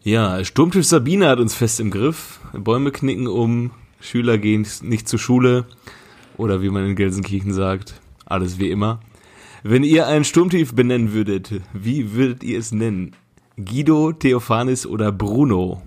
Ja, Sturmtief Sabine hat uns fest im Griff. Bäume knicken um, Schüler gehen nicht zur Schule. Oder wie man in Gelsenkirchen sagt, alles wie immer. Wenn ihr ein Sturmtief benennen würdet, wie würdet ihr es nennen? Guido, Theophanis oder Bruno?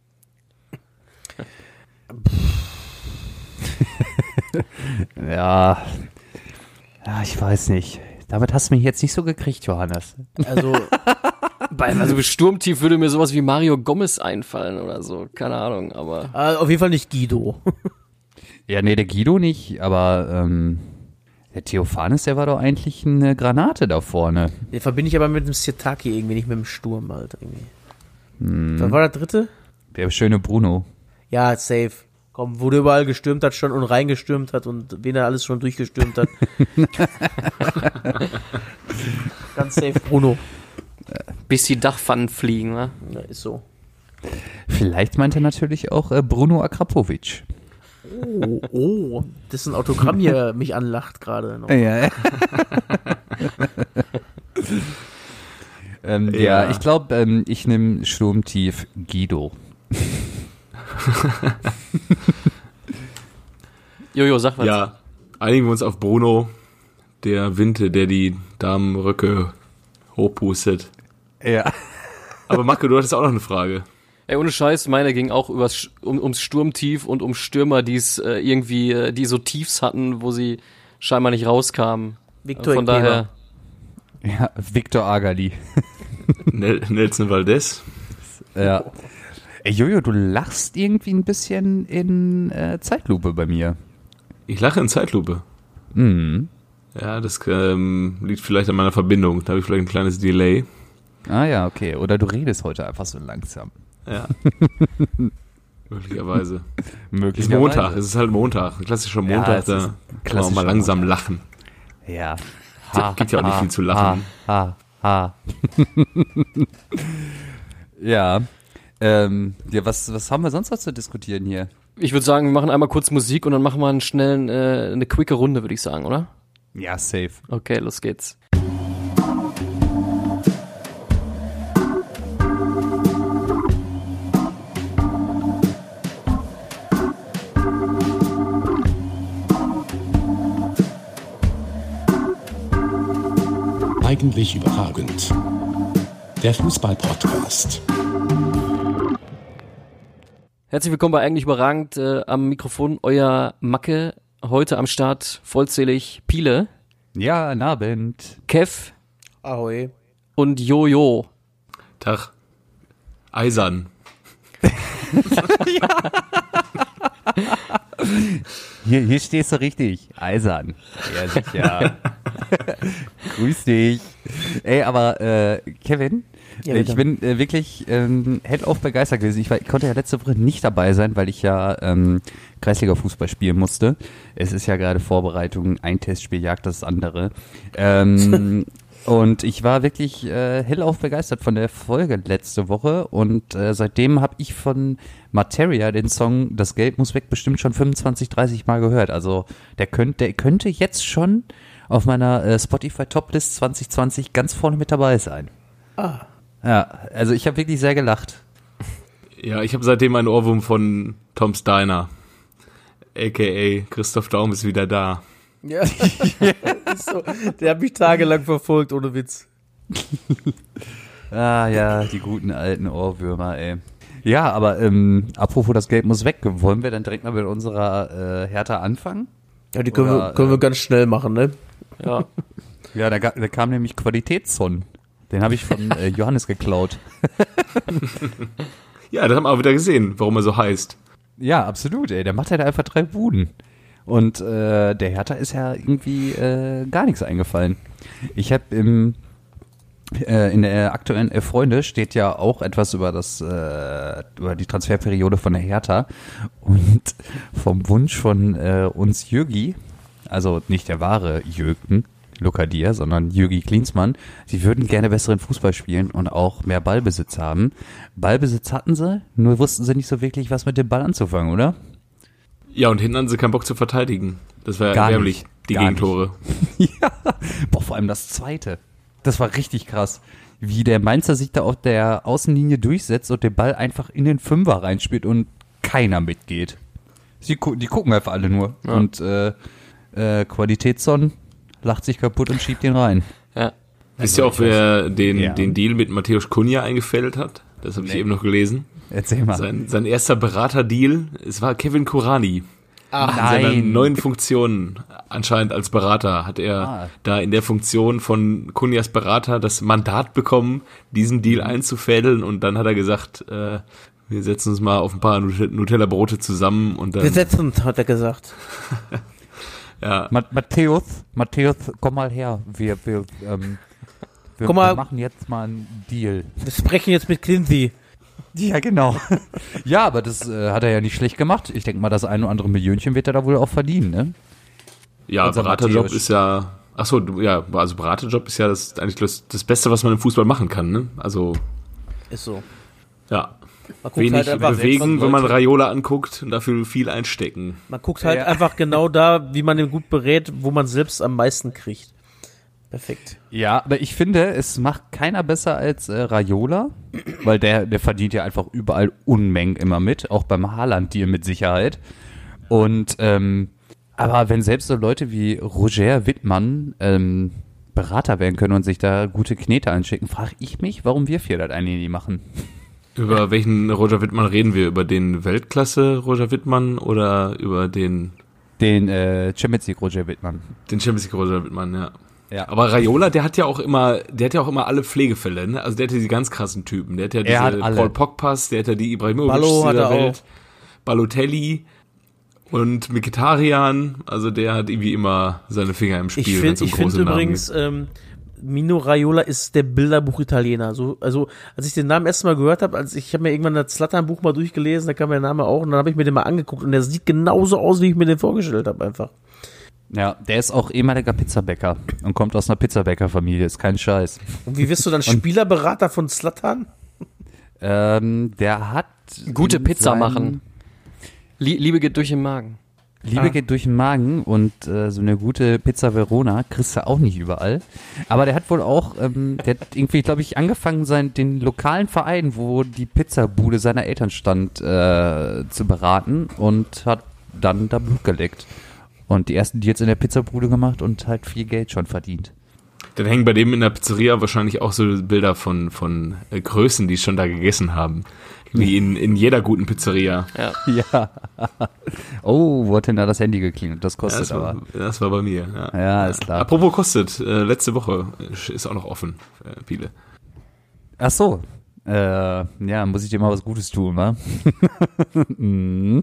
Ja, ich weiß nicht. Damit hast du mich jetzt nicht so gekriegt, Johannes. Also Sturmtief würde mir sowas wie Mario Gomez einfallen oder so. Keine Ahnung, aber... Auf jeden Fall nicht Guido. Ja, nee, der Guido nicht, aber der Theophanis, der war doch eigentlich eine Granate da vorne. Den verbinde ich aber mit dem Sirtaki irgendwie, nicht mit dem Sturm halt irgendwie. Was war der dritte? Der schöne Bruno. Ja, safe. Komm, wo der überall gestürmt hat schon und reingestürmt hat und wen er alles schon durchgestürmt hat. Ganz safe Bruno. Bis die Dachpfannen fliegen, ne? Ja, ist so. Vielleicht meint er natürlich auch Bruno Akrapovic. Oh, das ist ein Autogramm hier, mich anlacht gerade noch. Ja. Ja, ich glaube, ich nehme Sturmtief Guido. Jojo, sag was. Ja, einigen wir uns auf Bruno, der Winte, der die Damenröcke hochpustet. Ja. Aber Marco, du hattest auch noch eine Frage. Ey, ohne Scheiß, meine ging auch ums Sturmtief und um Stürmer, die so Tiefs hatten, wo sie scheinbar nicht rauskamen. Victor Von daher. Ja, Victor Agali. Nelson Valdez. Ja. Ey, Jojo, du lachst irgendwie ein bisschen in Zeitlupe bei mir. Ich lache in Zeitlupe. Mhm. Ja, das liegt vielleicht an meiner Verbindung. Da habe ich vielleicht ein kleines Delay. Ah ja, okay. Oder du redest heute einfach so langsam. Ja. Möglicherweise. Möglicherweise. Es ist Montag, es ist halt Montag. Ein klassischer Montag, da kann man auch mal langsam lachen. Ja. Gibt ja auch nicht viel zu lachen. Ha. Ja. Ja, was haben wir sonst noch zu diskutieren hier? Ich würde sagen, wir machen einmal kurz Musik und dann machen wir eine quicke Runde, würde ich sagen, oder? Ja, safe. Okay, los geht's. Eigentlich überragend. Der Fußball-Podcast. Herzlich willkommen bei Eigentlich überragend. Am Mikrofon euer Macke. Heute am Start vollzählig Piele. Ja, guten Abend. Kev. Ahoi. Und Jojo. Tag. Eisern. Hier stehst du richtig. Eisern. Ja, sicher. Grüß dich. Ey, aber Kevin, Ja, ich bin wirklich hellauf begeistert gewesen. Ich konnte ja letzte Woche nicht dabei sein, weil ich ja Kreisliga-Fußball spielen musste. Es ist ja gerade Vorbereitung, ein Testspiel jagt das andere. Und ich war wirklich hellauf begeistert von der Folge letzte Woche und seitdem habe ich von Materia den Song Das Geld muss weg bestimmt schon 25, 30 Mal gehört. Also der könnte jetzt schon auf meiner Spotify Toplist 2020 ganz vorne mit dabei sein. Ah. Ja, also ich habe wirklich sehr gelacht. Ja, ich habe seitdem einen Ohrwurm von Tom Steiner. A.k.a. Christoph Daum ist wieder da. Ja, ist so. Der hat mich tagelang verfolgt, ohne Witz. Ah ja, die guten alten Ohrwürmer, ey. Ja, aber apropos das Geld muss weg, wollen wir dann direkt mal mit unserer Hertha anfangen? Ja, die können wir ganz schnell machen, ne? Ja. Ja, da kam nämlich Qualitätszon. Den habe ich von Johannes geklaut. Ja, das haben wir auch wieder gesehen, warum er so heißt. Ja, absolut, ey. Der macht halt einfach 3 Buden. Und der Hertha ist ja irgendwie gar nichts eingefallen. Ich habe in der aktuellen Freunde steht ja auch etwas über über die Transferperiode von der Hertha und vom Wunsch von uns Jürgi, also nicht der wahre Jürgen Lokadia, sondern Jürgi Klinsmann, sie würden gerne besseren Fußball spielen und auch mehr Ballbesitz haben. Ballbesitz hatten sie, nur wussten sie nicht so wirklich, was mit dem Ball anzufangen, oder? Ja, und hinten hatten sie keinen Bock zu verteidigen. Das war ja Gar erbärmlich, nicht, die gar Gegentore. Ja, boah, vor allem das zweite. Das war richtig krass. wie der Mainzer sich da auf der Außenlinie durchsetzt und den Ball einfach in den Fünfer reinspielt und keiner mitgeht. Die gucken einfach alle nur. Ja. Und Qualitätsson lacht sich kaputt und schiebt den rein. Ja. Wisst ihr auch, wer den Ja. Deal mit Matthäus Cunha eingefädelt hat? Das habe ich eben noch gelesen. Erzähl mal. Sein erster Beraterdeal, es war Kevin Kurani. In seiner nein. neuen Funktion, anscheinend als Berater, hat er da in der Funktion von Cunhas Berater das Mandat bekommen, diesen Deal einzufädeln, und dann hat er gesagt, wir setzen uns mal auf ein paar Nutella-Brote zusammen und dann... Wir setzen, hat er gesagt. Ja, Matthäus, komm mal her. Wir Komm mal. machen jetzt mal einen Deal. Wir sprechen jetzt mit Clincy. Ja, genau. Ja, aber das hat er ja nicht schlecht gemacht. Ich denke mal, das ein oder andere Millionchen wird er da wohl auch verdienen, ne? ja, unser Beraterjob Matthäus. ist ja... Achso, ja, also Beraterjob ist ja eigentlich das Beste, was man im Fußball machen kann, ne? Also, Ist so. ja, Man guckt wenig halt einfach, bewegen, wenn man Raiola anguckt, und dafür viel einstecken. man guckt halt Ja. einfach genau da, wie man den gut berät, wo man selbst am meisten kriegt. Perfekt. Ja, aber ich finde, es macht keiner besser als Raiola, weil der verdient ja einfach überall Unmengen immer mit, auch beim Haaland-Deal mit Sicherheit. Und aber wenn selbst so Leute wie Roger Wittmann Berater werden können und sich da gute Knete einschicken, frage ich mich, warum wir vier das eigentlich nie machen. Über welchen Roger Wittmann reden wir? Über den Weltklasse Roger Wittmann oder über den Den Champions League Roger Wittmann. Champions League Roger Wittmann, ja. Ja. Aber Raiola, der hat ja auch immer alle Pflegefälle, ne? Also der hat ja die ganz krassen Typen. Der hat ja Er hat diese alle. Paul Pogba's, der hat ja die Ibrahimovic Ballo hat dieser er Welt, Balotelli und Mkhitaryan. Also der hat irgendwie immer seine Finger im Spiel. Ich wenn's um finde große Namen übrigens, Mino Raiola ist der Bilderbuch-Italiener. So, also, als ich den Namen erst mal gehört habe, ich habe mir irgendwann das Zlatan-Buch mal durchgelesen, da kam der Name auch, und dann habe ich mir den mal angeguckt, und der sieht genauso aus, wie ich mir den vorgestellt habe, einfach. Ja, der ist auch ehemaliger Pizzabäcker und kommt aus einer Pizzabäckerfamilie, ist kein Scheiß. Und wie wirst du dann Spielerberater von Zlatan? Der hat Gute in Pizza seinem- machen. Liebe geht durch den Magen. Liebe geht durch den Magen, und so eine gute Pizza Verona kriegst du auch nicht überall. Aber der hat wohl auch, der hat irgendwie, glaube ich, angefangen, den lokalen Verein, wo die Pizzabude seiner Eltern stand, zu beraten, und hat dann da Blut geleckt. Und die ersten Deals in der Pizzabude gemacht und halt viel Geld schon verdient. Dann hängen bei dem in der Pizzeria wahrscheinlich auch so Bilder von Größen, die schon da gegessen haben. Wie in jeder guten Pizzeria. Ja. Ja. Oh, wo hat denn da das Handy geklingelt? Das kostet Das war bei mir. Ja. Ja, ist klar. Apropos kostet, letzte Woche ist auch noch offen, Piele. Ach so. Ja, muss ich dir mal was Gutes tun, wa? Mhm.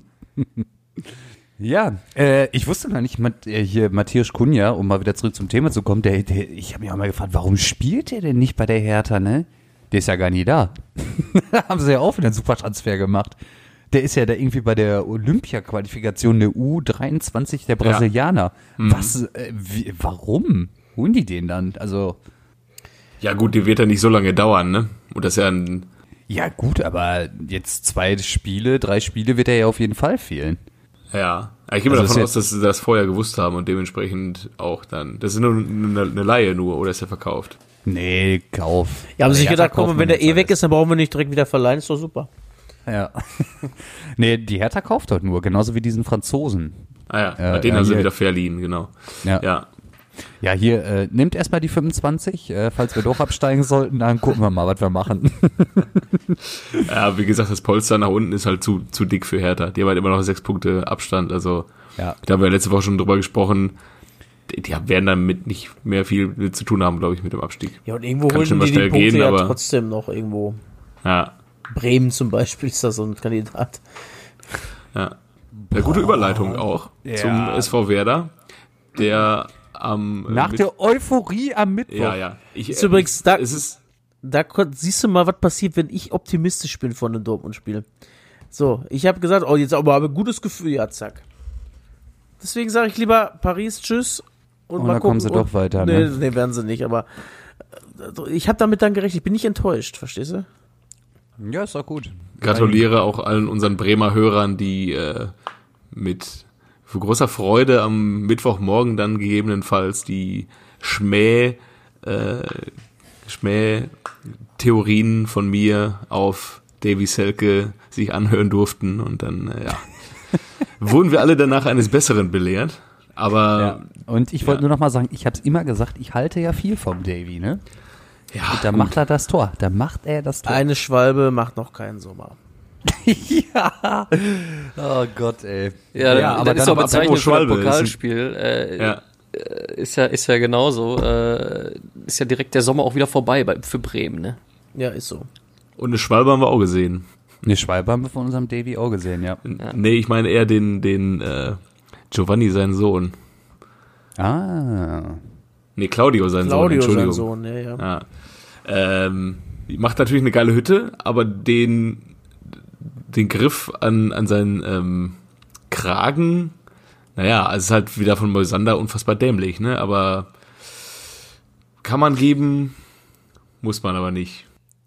Ja, ich wusste gar nicht, hier Matthäus Cunha, um mal wieder zurück zum Thema zu kommen, ich habe mich auch mal gefragt, warum spielt der denn nicht bei der Hertha, ne? Der ist ja gar nie da. Haben sie ja auch wieder einen super Transfer gemacht. Der ist ja da irgendwie bei der Olympia-Qualifikation der U23 der Brasilianer. Was, warum holen die den dann? Also, Ja gut, die wird ja nicht so lange dauern, ne? Und das ist ja ja gut, aber jetzt 3 Spiele wird er ja auf jeden Fall fehlen. ja. Ich gehe mal Also davon ist aus, dass sie das vorher gewusst haben und dementsprechend auch dann. Das ist nur eine Laie nur, oder ist er verkauft? Nee, Kauf. Ja, haben sie sich Ja, gedacht, da kauft komm, man wenn der jetzt weg alles. ist, dann brauchen wir nicht direkt wieder verleihen, ist doch super. Ja. Nee, die Hertha kauft dort nur, genauso wie diesen Franzosen. Ah ja, den haben sie hier- wieder verliehen, genau. Ja. Ja. Ja, hier, nimmt erstmal die 25, falls wir doch absteigen sollten, dann gucken wir mal, was wir machen. Ja, wie gesagt, das Polster nach unten ist halt zu dick für Hertha. Die haben halt immer noch 6 Punkte Abstand, also Ja. da haben wir letzte Woche schon drüber gesprochen. Die werden damit nicht mehr viel mit zu tun haben, glaube ich, mit dem Abstieg. Ja, und irgendwo Kann holen schon mal die die schnell Punkte gehen, ja aber- trotzdem noch irgendwo. Ja, Bremen zum Beispiel ist da so ein Kandidat. ja. Eine gute Überleitung auch zum SV Werder, der am Nach der Euphorie am Mittwoch. ja. Ist übrigens da- es ist Siehst du mal, was passiert, wenn ich optimistisch bin von einem Dortmund-Spiel. So, ich habe gesagt, oh, jetzt aber habe ein gutes Gefühl, ja, zack. Deswegen sage ich lieber Paris, tschüss. Und Und mal dann gucken. kommen sie doch weiter, Nee, ne? nee, werden sie nicht, aber ich habe damit dann gerechnet. Ich bin nicht enttäuscht, verstehst du? Ja, ist doch gut. gratuliere auch allen unseren Bremer Hörern, die mit großer Freude am Mittwochmorgen dann gegebenenfalls die Theorien von mir auf Davy Selke sich anhören durften und dann, wurden wir alle danach eines Besseren belehrt. Aber Ja. Und ich wollte nur noch mal sagen, ich habe es immer gesagt, ich halte ja viel vom Davy, ne? ja, Und da macht er das Tor. Da macht er das Tor. Eine Schwalbe macht noch keinen Sommer. Ja. Oh Gott, ey. Ja, aber das ist dann doch aber bezeichnend für Schwalbe ein ist Pokalspiel. ja. Ist ja genauso. Ist ja direkt der Sommer auch wieder vorbei für Bremen, ne? Ja, ist so. Und eine Schwalbe haben wir auch gesehen. Eine Schwalbe haben wir von unserem Davy auch gesehen, ja. Nee, ich meine eher den Giovanni, seinen Sohn. Ah. Nee, Claudio, seinen Claudio, Sohn, sein Entschuldigung. Sohn, ja. Ja. Macht natürlich eine geile Hütte, aber den Griff an seinen Kragen, naja, es ist halt wieder von Moisander unfassbar dämlich, ne? Aber kann man geben, muss man aber nicht.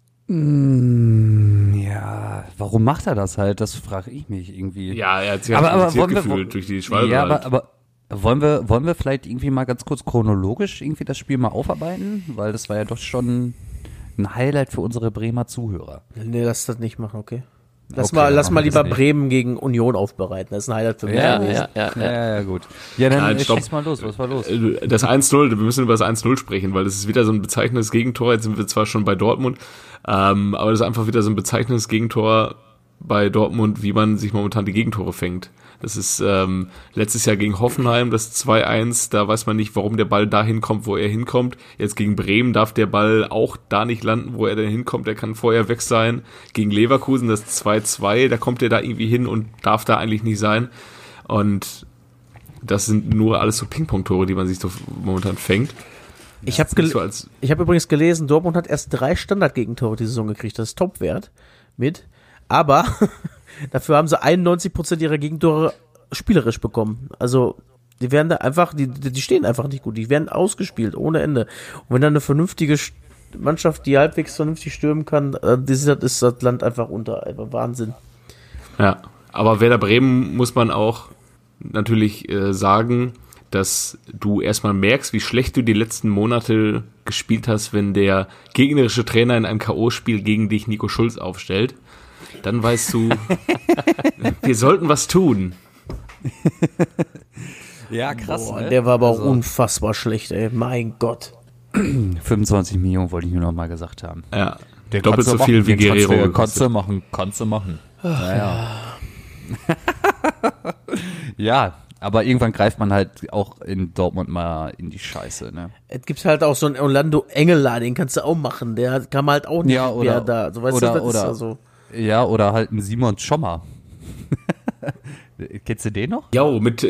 Ja, warum macht er das halt? Das frage ich mich irgendwie. Ja, er hat sich Aber halt wollen wir- gefühlt durch die Schwalbe Ja, halt. aber wollen wir vielleicht irgendwie mal ganz kurz chronologisch irgendwie das Spiel mal aufarbeiten? Weil das war ja doch schon ein Highlight für unsere Bremer Zuhörer. Nee, lass das nicht machen, okay? Lass Okay, mal machen wir lieber das nicht. Bremen gegen Union aufbereiten. Das ist ein Highlight für mich gewesen. Ja, gut. Ja, dann Nein, stopp. schieß mal los. Was war los? Das 1-0, wir müssen über das 1-0 sprechen, weil das ist wieder so ein bezeichnendes Gegentor. Jetzt sind wir zwar schon bei Dortmund, aber das ist einfach wieder so ein bezeichnendes Gegentor bei Dortmund, wie man sich momentan die Gegentore fängt. Das ist letztes Jahr gegen Hoffenheim, das 2-1, da weiß man nicht, warum der Ball da hinkommt, wo er hinkommt. Jetzt gegen Bremen darf der Ball auch da nicht landen, wo er denn hinkommt, der kann vorher weg sein. Gegen Leverkusen das 2-2, da kommt er da irgendwie hin und darf da eigentlich nicht sein. Und das sind nur alles so Ping-Pong-Tore, die man sich so momentan fängt. Ich habe Nicht so als hab übrigens gelesen, Dortmund hat erst 3 Standardgegentore die Saison gekriegt. Das ist Topwert mit. Aber dafür haben sie 91% ihrer Gegentore spielerisch bekommen. Also die werden da einfach, die stehen einfach nicht gut. Die werden ausgespielt ohne Ende. Und wenn dann eine vernünftige Mannschaft, die halbwegs vernünftig stürmen kann, ist das Land einfach unter. Einfach Wahnsinn. Ja, aber Werder Bremen muss man auch natürlich sagen, dass du erstmal merkst, wie schlecht du die letzten Monate gespielt hast, wenn der gegnerische Trainer in einem K.O.-Spiel gegen dich Nico Schulz aufstellt. Dann weißt du, wir sollten was tun. Ja, krass. Boah, der war aber auch unfassbar schlecht, ey. Mein Gott. 25 Millionen wollte ich nur noch mal gesagt haben. Ja, doppelt so viel wie Guerrero. Kannst du machen. Naja. Ja, aber irgendwann greift man halt auch in Dortmund mal in die Scheiße, ne? Es gibt halt auch so einen Orlando Engeler, den kannst du auch machen. Der kann man halt auch nicht Ja, oder- mehr da. So, weißt oder- du, das oder- ist ja so. Ja, oder halt ein Simon Schommer. Kennst du den noch? Ja, mit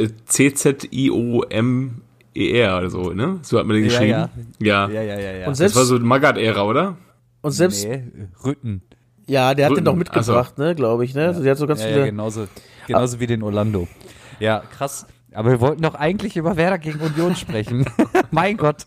CZIOMER, also, ne? So hat man den geschrieben. Ja. ja. Und Das selbst, war so Magath-Ära, oder? und selbst Nee, Rütten. ja, der hat den Rücken. doch mitgebracht, ne, glaube ich, ne? Also der hat so ganz Ja, viele. genauso wie den Orlando. Ja, krass. Aber wir wollten doch eigentlich über Werder gegen Union sprechen. Mein Gott.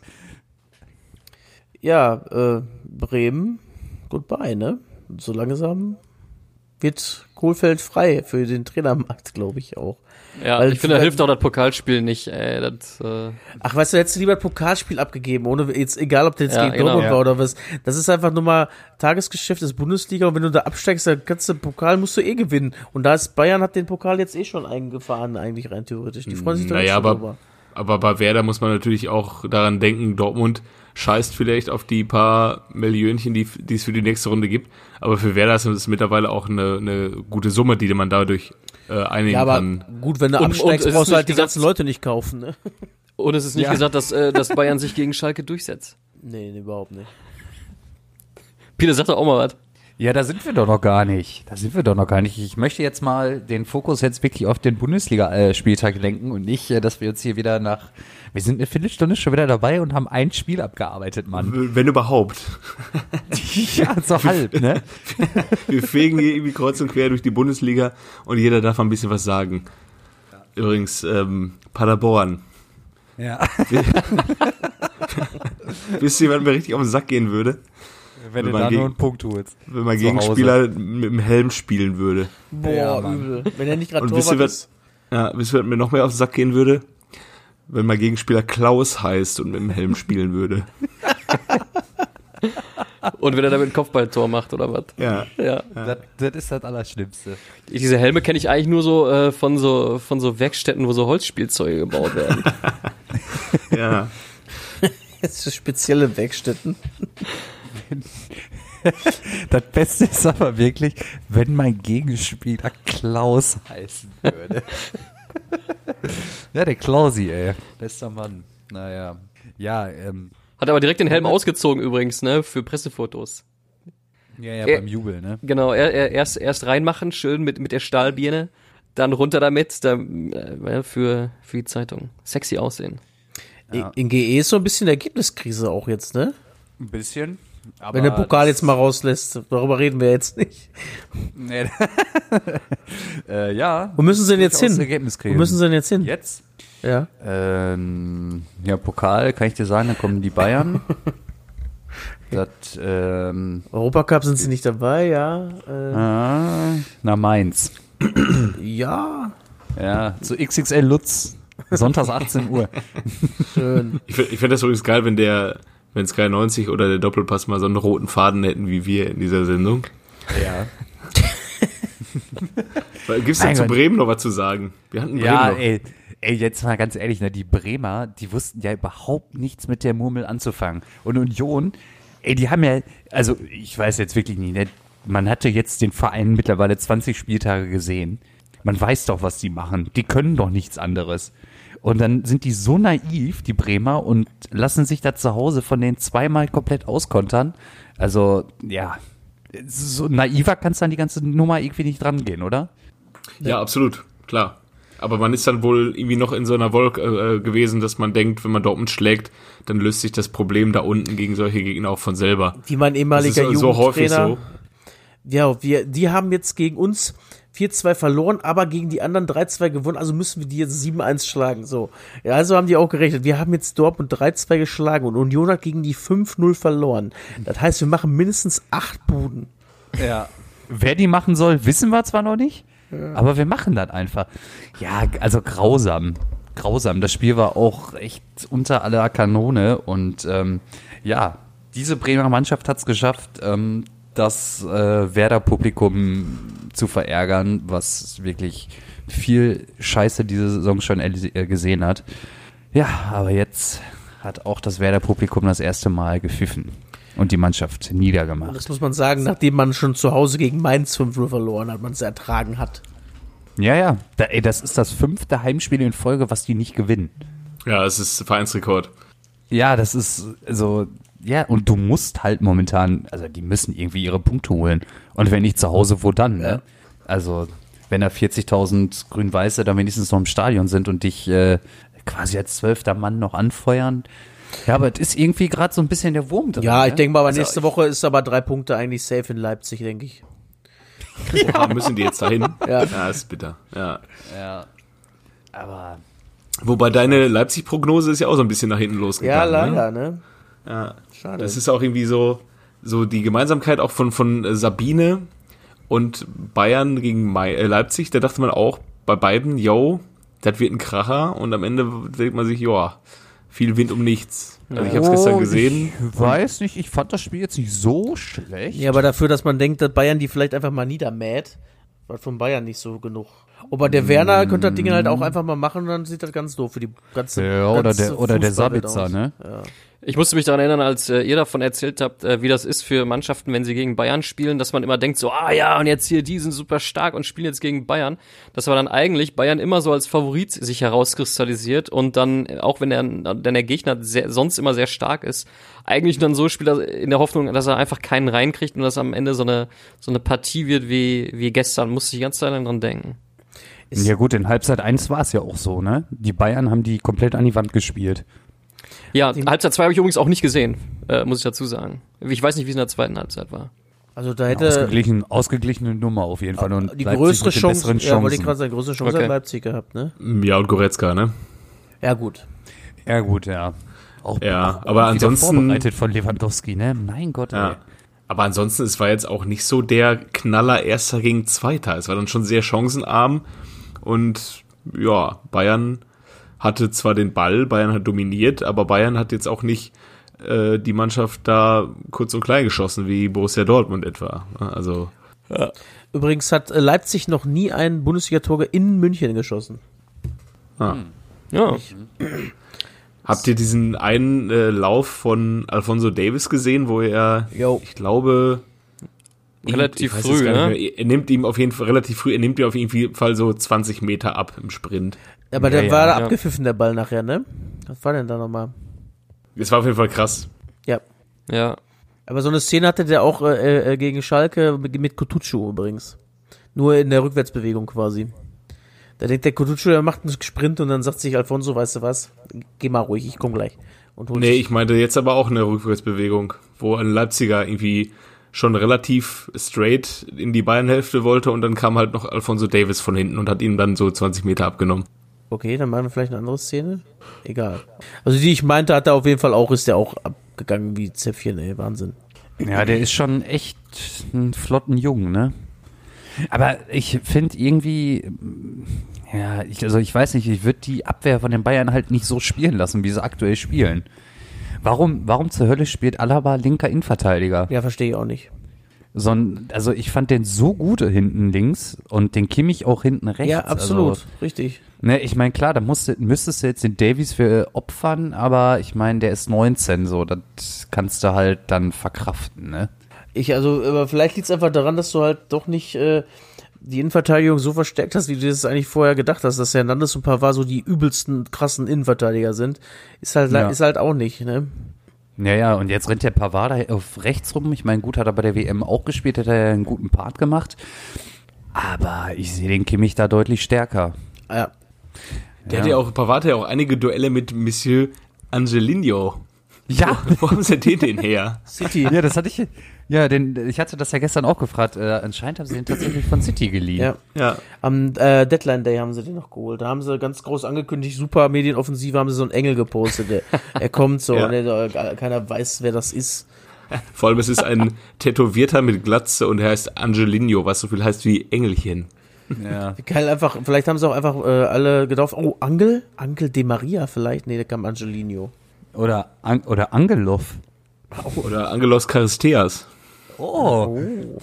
Ja, Bremen, goodbye, ne? So langsam wird Kohlfeld frei für den Trainermarkt, glaube ich auch. Ja, Weil ich finde, da vielleicht- hilft auch das Pokalspiel nicht, ey. Ach, weißt du, hättest du lieber ein Pokalspiel abgegeben, ohne jetzt, egal ob der jetzt Ja, gegen genau. Dortmund Ja. war oder was. Das ist einfach nur mal Tagesgeschäft des Bundesliga und wenn du da absteigst, dann kannst du Pokal, musst du eh gewinnen. Und da ist Bayern hat den Pokal jetzt eh schon eingefahren, eigentlich rein theoretisch. Die freuen sich doch Naja, jetzt schon drüber. aber bei Werder muss man natürlich auch daran denken, Dortmund scheißt vielleicht auf die paar Millionchen, die es für die nächste Runde gibt. Aber für Werder ist es mittlerweile auch eine gute Summe, die man dadurch einnehmen Ja, aber kann. gut, wenn du Und- absteigst, und es brauchst ist du halt nicht die ganzen gesagt- Leute nicht kaufen, ne? Und es ist nicht gesagt, dass Bayern sich gegen Schalke durchsetzt. Nee, überhaupt nicht. Peter, sag doch auch mal was. Ja, da sind wir doch noch gar nicht. Ich möchte jetzt mal den Fokus jetzt wirklich auf den Bundesliga-Spieltag lenken und nicht, dass wir uns hier wieder wir sind eine Viertelstunde schon wieder dabei und haben ein Spiel abgearbeitet, Mann. Wenn überhaupt. Ja, so halb, ne? Wir fegen hier irgendwie kreuz und quer durch die Bundesliga und jeder darf ein bisschen was sagen. Übrigens, Paderborn. Ja. Wisst ihr, wann mir richtig auf den Sack gehen würde? Wenn Wenn du man da gegen- nur einen Punkt holst. Wenn man Zu Gegenspieler mit dem Helm spielen würde. Boah, Ja, Mann. übel. Wenn er nicht gerade Und wisst ihr, Torwart was, ist. wisst ihr, was mir noch mehr auf den Sack gehen würde? Wenn mein Gegenspieler Klaus heißt und mit dem Helm spielen würde. Und wenn er damit ein Kopfballtor macht oder was. Ja. Ja. Das ist das Allerschlimmste. Diese Helme kenne ich eigentlich nur so von so Werkstätten, wo so Holzspielzeuge gebaut werden. Ja. Jetzt für spezielle Werkstätten. Das Beste ist aber wirklich, wenn mein Gegenspieler Klaus heißen würde. Ja, der Klausi, ey. Bester Mann. Naja. Ja, Hat aber direkt den Helm ausgezogen übrigens, ne, für Pressefotos. ja, beim Jubel, ne? Genau, erst reinmachen, schön mit der Stahlbirne, dann runter damit, für die Zeitung. Sexy aussehen. Ja. In GE ist so ein bisschen Ergebniskrise auch jetzt, ne? Ein bisschen. Aber Wenn der Pokal jetzt mal rauslässt, darüber reden wir jetzt nicht. Nee. Ja. Wo müssen sie denn jetzt hin? Ergebniskrise. Wo müssen sie denn jetzt hin? Jetzt? Ja. Ja, Pokal, kann ich dir sagen, da kommen die Bayern. Das, Europacup sind sie nicht dabei, ja. nach Mainz. Ja. Ja, zu XXL Lutz. Sonntags 18 Uhr. Schön. Ich find das übrigens geil, wenn Sky 90 oder der Doppelpass mal so einen roten Faden hätten wie wir in dieser Sendung. Ja. Gibt's da zu Bremen noch was zu sagen? Wir hatten Bremen noch. Ey, jetzt mal ganz ehrlich, ne, die Bremer, die wussten ja überhaupt nichts mit der Murmel anzufangen. Und Union, die haben ja, also ich weiß jetzt wirklich nicht, ne, man hatte jetzt den Verein mittlerweile 20 Spieltage gesehen. Man weiß doch, was die machen. Die können doch nichts anderes. Und dann sind die so naiv, die Bremer, und lassen sich da zu Hause von denen zweimal komplett auskontern. Also, ja, so naiver kannst du an die ganze Nummer irgendwie nicht drangehen, oder? Ja, absolut, klar. Aber man ist dann wohl irgendwie noch in so einer Wolke gewesen, dass man denkt, wenn man Dortmund schlägt, dann löst sich das Problem da unten gegen solche Gegner auch von selber. Wie mein ehemaliger das ist so häufig Jugendtrainer. so. Ja, die haben jetzt gegen uns 4-2 verloren, aber gegen die anderen 3-2 gewonnen, also müssen wir die jetzt 7-1 schlagen. So. Ja, also haben die auch gerechnet. Wir haben jetzt Dortmund 3-2 geschlagen und Union hat gegen die 5-0 verloren. Das heißt, wir machen mindestens 8 Buden. Ja. Wer die machen soll, wissen wir zwar noch nicht, aber wir machen das einfach. Ja, also grausam. Grausam. Das Spiel war auch echt unter aller Kanone und ja, diese Bremer Mannschaft hat es geschafft, das Werder-Publikum zu verärgern, was wirklich viel Scheiße diese Saison schon gesehen hat. Ja, aber jetzt hat auch das Werder-Publikum das erste Mal gepfiffen und die Mannschaft niedergemacht. Das muss man sagen, nachdem man schon zu Hause gegen Mainz 5-0 verloren hat, man es ertragen hat. Ja. Das ist das 5. Heimspiel in Folge, was die nicht gewinnen. Ja, es ist Vereinsrekord. Ja, das ist so, ja, und du musst halt momentan, also die müssen irgendwie ihre Punkte holen. Und wenn nicht zu Hause, wo dann, ne? Also, wenn da 40.000 Grün-Weiße da wenigstens noch im Stadion sind und dich quasi als 12. Mann noch anfeuern. Ja, aber es ist irgendwie gerade so ein bisschen der Wurm drin. Ja, ich ne? denke mal, aber Also, nächste Woche ist aber 3 Punkte eigentlich safe in Leipzig, denke ich. Ja. Müssen die jetzt dahin? Ja. Ja, ist bitter. Ja. Ja, aber Wobei deine Leipzig-Prognose ist ja auch so ein bisschen nach hinten Ja, losgegangen. leider, Ne? ne? Ja. Schade. Das ist auch irgendwie so die Gemeinsamkeit auch von Sabine und Bayern gegen Leipzig. Da dachte man auch bei beiden, yo, das wird ein Kracher. Und am Ende denkt man sich, ja, viel Wind um nichts. Also ich habe es gestern gesehen. Ich weiß nicht, ich fand das Spiel jetzt nicht so schlecht. Ja, aber dafür, dass man denkt, dass Bayern die vielleicht einfach mal niedermäht, war von Bayern nicht so genug. Aber der Werner könnte das Ding halt auch einfach mal machen und dann sieht das ganz doof für die ganze Ja, oder der Fußballwelt Sabitzer, aus. ne? Ja. Ich musste mich daran erinnern, als ihr davon erzählt habt, wie das ist für Mannschaften, wenn sie gegen Bayern spielen, dass man immer denkt so, ja, und jetzt hier, die sind super stark und spielen jetzt gegen Bayern. Das war dann eigentlich Bayern immer so als Favorit sich herauskristallisiert und dann, auch wenn der Gegner sonst immer sehr stark ist, eigentlich dann so spielt er in der Hoffnung, dass er einfach keinen reinkriegt und dass am Ende so eine Partie wird wie gestern. Musste ich die ganze Zeit lang dran denken. Ja gut, in Halbzeit 1 war es ja auch so, ne? Die Bayern haben die komplett an die Wand gespielt. Ja, Halbzeit 2 habe ich übrigens auch nicht gesehen, muss ich dazu sagen. Ich weiß nicht, wie es in der zweiten Halbzeit war. Also da hätte Ausgeglichene Nummer auf jeden Fall. Und die Leipzig größere mit den Chance, besseren ja, wollte ich Chancen. gerade sagen, größere Chance Okay. hat Leipzig gehabt, ne? Ja, und Goretzka, ne? Ja, gut. Ja gut, ja. Auch, Ja, auch aber wieder ansonsten- vorbereitet von Lewandowski, ne? Mein Gott, ey. Ja. Aber ansonsten, es war jetzt auch nicht so der Knaller Erster gegen Zweiter. Es war dann schon sehr chancenarm. Und ja, Bayern hatte zwar den Ball, Bayern hat dominiert, aber Bayern hat jetzt auch nicht die Mannschaft da kurz und klein geschossen, wie Borussia Dortmund etwa. Also Übrigens hat Leipzig noch nie ein Bundesliga-Tor in München geschossen. Ja. Habt ihr diesen einen Lauf von Alphonso Davies gesehen, wo er, ich glaube, Relativ ich weiß früh, es gar nicht ne? mehr, er nimmt ihm auf jeden Fall relativ früh, er nimmt ihm auf jeden Fall so 20 Meter ab im Sprint. Aber der war da ja. abgepfiffen, der Ball nachher, ne? Was war denn da nochmal? Das war auf jeden Fall krass. Ja. Ja. Aber so eine Szene hatte der auch gegen Schalke mit Kutucu übrigens. Nur in der Rückwärtsbewegung quasi. Da denkt der Kutucu, er macht einen Sprint und dann sagt sich Alfonso, weißt du was, geh mal ruhig, ich komm gleich. Und hol Nee, dich. ich meinte jetzt aber auch eine Rückwärtsbewegung, wo ein Leipziger irgendwie schon relativ straight in die Bayern-Hälfte wollte und dann kam halt noch Alphonso Davies von hinten und hat ihm dann so 20 Meter abgenommen. Okay, dann machen wir vielleicht eine andere Szene. Egal. Also die ich meinte, hat er auf jeden Fall auch, ist der auch abgegangen wie Zäpfchen, ey, Wahnsinn. Ja, der ist schon echt ein flotten Jungen, ne? Aber ich finde irgendwie, ich weiß nicht, ich würde die Abwehr von den Bayern halt nicht so spielen lassen, wie sie aktuell spielen. Warum zur Hölle spielt Alaba linker Innenverteidiger? Ja, verstehe ich auch nicht. Also ich fand den so gut hinten links und den Kimmich auch hinten rechts. Ja, absolut, Also, richtig. ne, ich meine, klar, da müsstest du jetzt den Davies für opfern, aber ich meine, der ist 19, so, das kannst du halt dann verkraften, ne? Aber vielleicht liegt es einfach daran, dass du halt doch nicht die Innenverteidigung so verstärkt hast, wie du das eigentlich vorher gedacht hast, dass Hernandez und Pavard so die übelsten, krassen Innenverteidiger sind. Ist halt auch nicht, ne? Ja, und jetzt rennt der Pavard da auf rechts rum. Ich meine, gut, hat er bei der WM auch gespielt, hat er einen guten Part gemacht. Aber ich sehe den Kimmich da deutlich stärker. Ja. Pavard hat ja auch einige Duelle mit Monsieur Angelino. Ja, Wo haben sie den denn her? City. ja, das hatte ich. Ja, ich hatte das ja gestern auch gefragt. Anscheinend haben sie den tatsächlich von City geliehen. Ja. Ja. Am Deadline Day haben sie den noch geholt. Da haben sie ganz groß angekündigt, super Medienoffensive, haben sie so einen Engel gepostet. Er kommt so, Ja. und keiner weiß, wer das ist. Vor allem, es ist ein Tätowierter mit Glatze und er heißt Angelino, was so viel heißt wie Engelchen. Ja. Geil, vielleicht haben sie auch einfach alle gedacht, oh, Angel de Maria vielleicht? Nee, da kam Angelino. Oder Angelov. Oder Angelos Charisteas. Oh.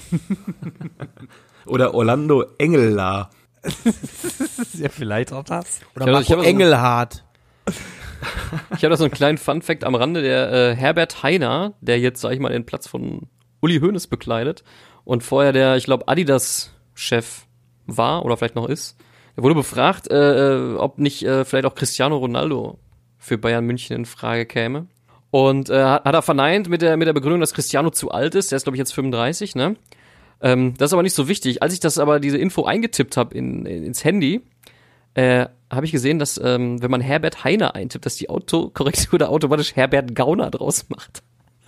Oder Orlando Engellar. Ja, vielleicht auch das. Oder Ich Marco hab so- Engelhardt. Ich habe da so einen kleinen Funfact am Rande, der Herbert Heiner, der jetzt, sag ich mal, den Platz von Uli Hoeneß bekleidet und vorher der, ich glaube, Adidas-Chef war oder vielleicht noch ist, der wurde befragt, ob nicht vielleicht auch Cristiano Ronaldo für Bayern München in Frage käme. Und hat er verneint mit der Begründung, dass Cristiano zu alt ist. Der ist, glaube ich, jetzt 35, ne? Das ist aber nicht so wichtig. Als ich diese Info eingetippt habe ins Handy, habe ich gesehen, dass, wenn man Herbert Heiner eintippt, dass die Autokorrektur da automatisch Herbert Gauner draus macht.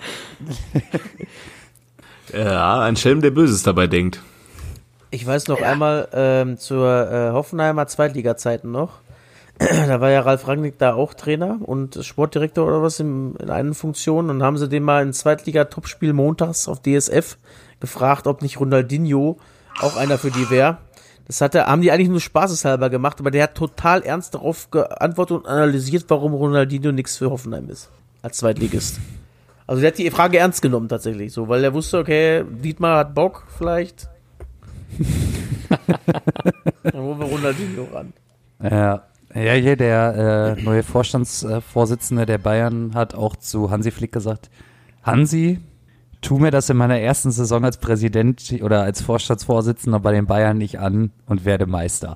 Ja, ein Schelm, der Böses dabei denkt. Ich weiß noch einmal zur Hoffenheimer Zweitliga-Zeiten noch. Da war ja Ralf Rangnick da auch Trainer und Sportdirektor oder was in einer Funktion und haben sie den mal in Zweitliga-Topspiel montags auf DSF gefragt, ob nicht Ronaldinho auch einer für die wäre. Haben die eigentlich nur spaßeshalber gemacht, aber der hat total ernst darauf geantwortet und analysiert, warum Ronaldinho nichts für Hoffenheim ist, als Zweitligist. Also der hat die Frage ernst genommen tatsächlich, so, weil er wusste, okay, Dietmar hat Bock vielleicht. Dann holen wir Ronaldinho ran. Ja. Ja, hier der neue Vorstandsvorsitzende der Bayern hat auch zu Hansi Flick gesagt, Hansi, tu mir das in meiner ersten Saison als Präsident oder als Vorstandsvorsitzender bei den Bayern nicht an und werde Meister.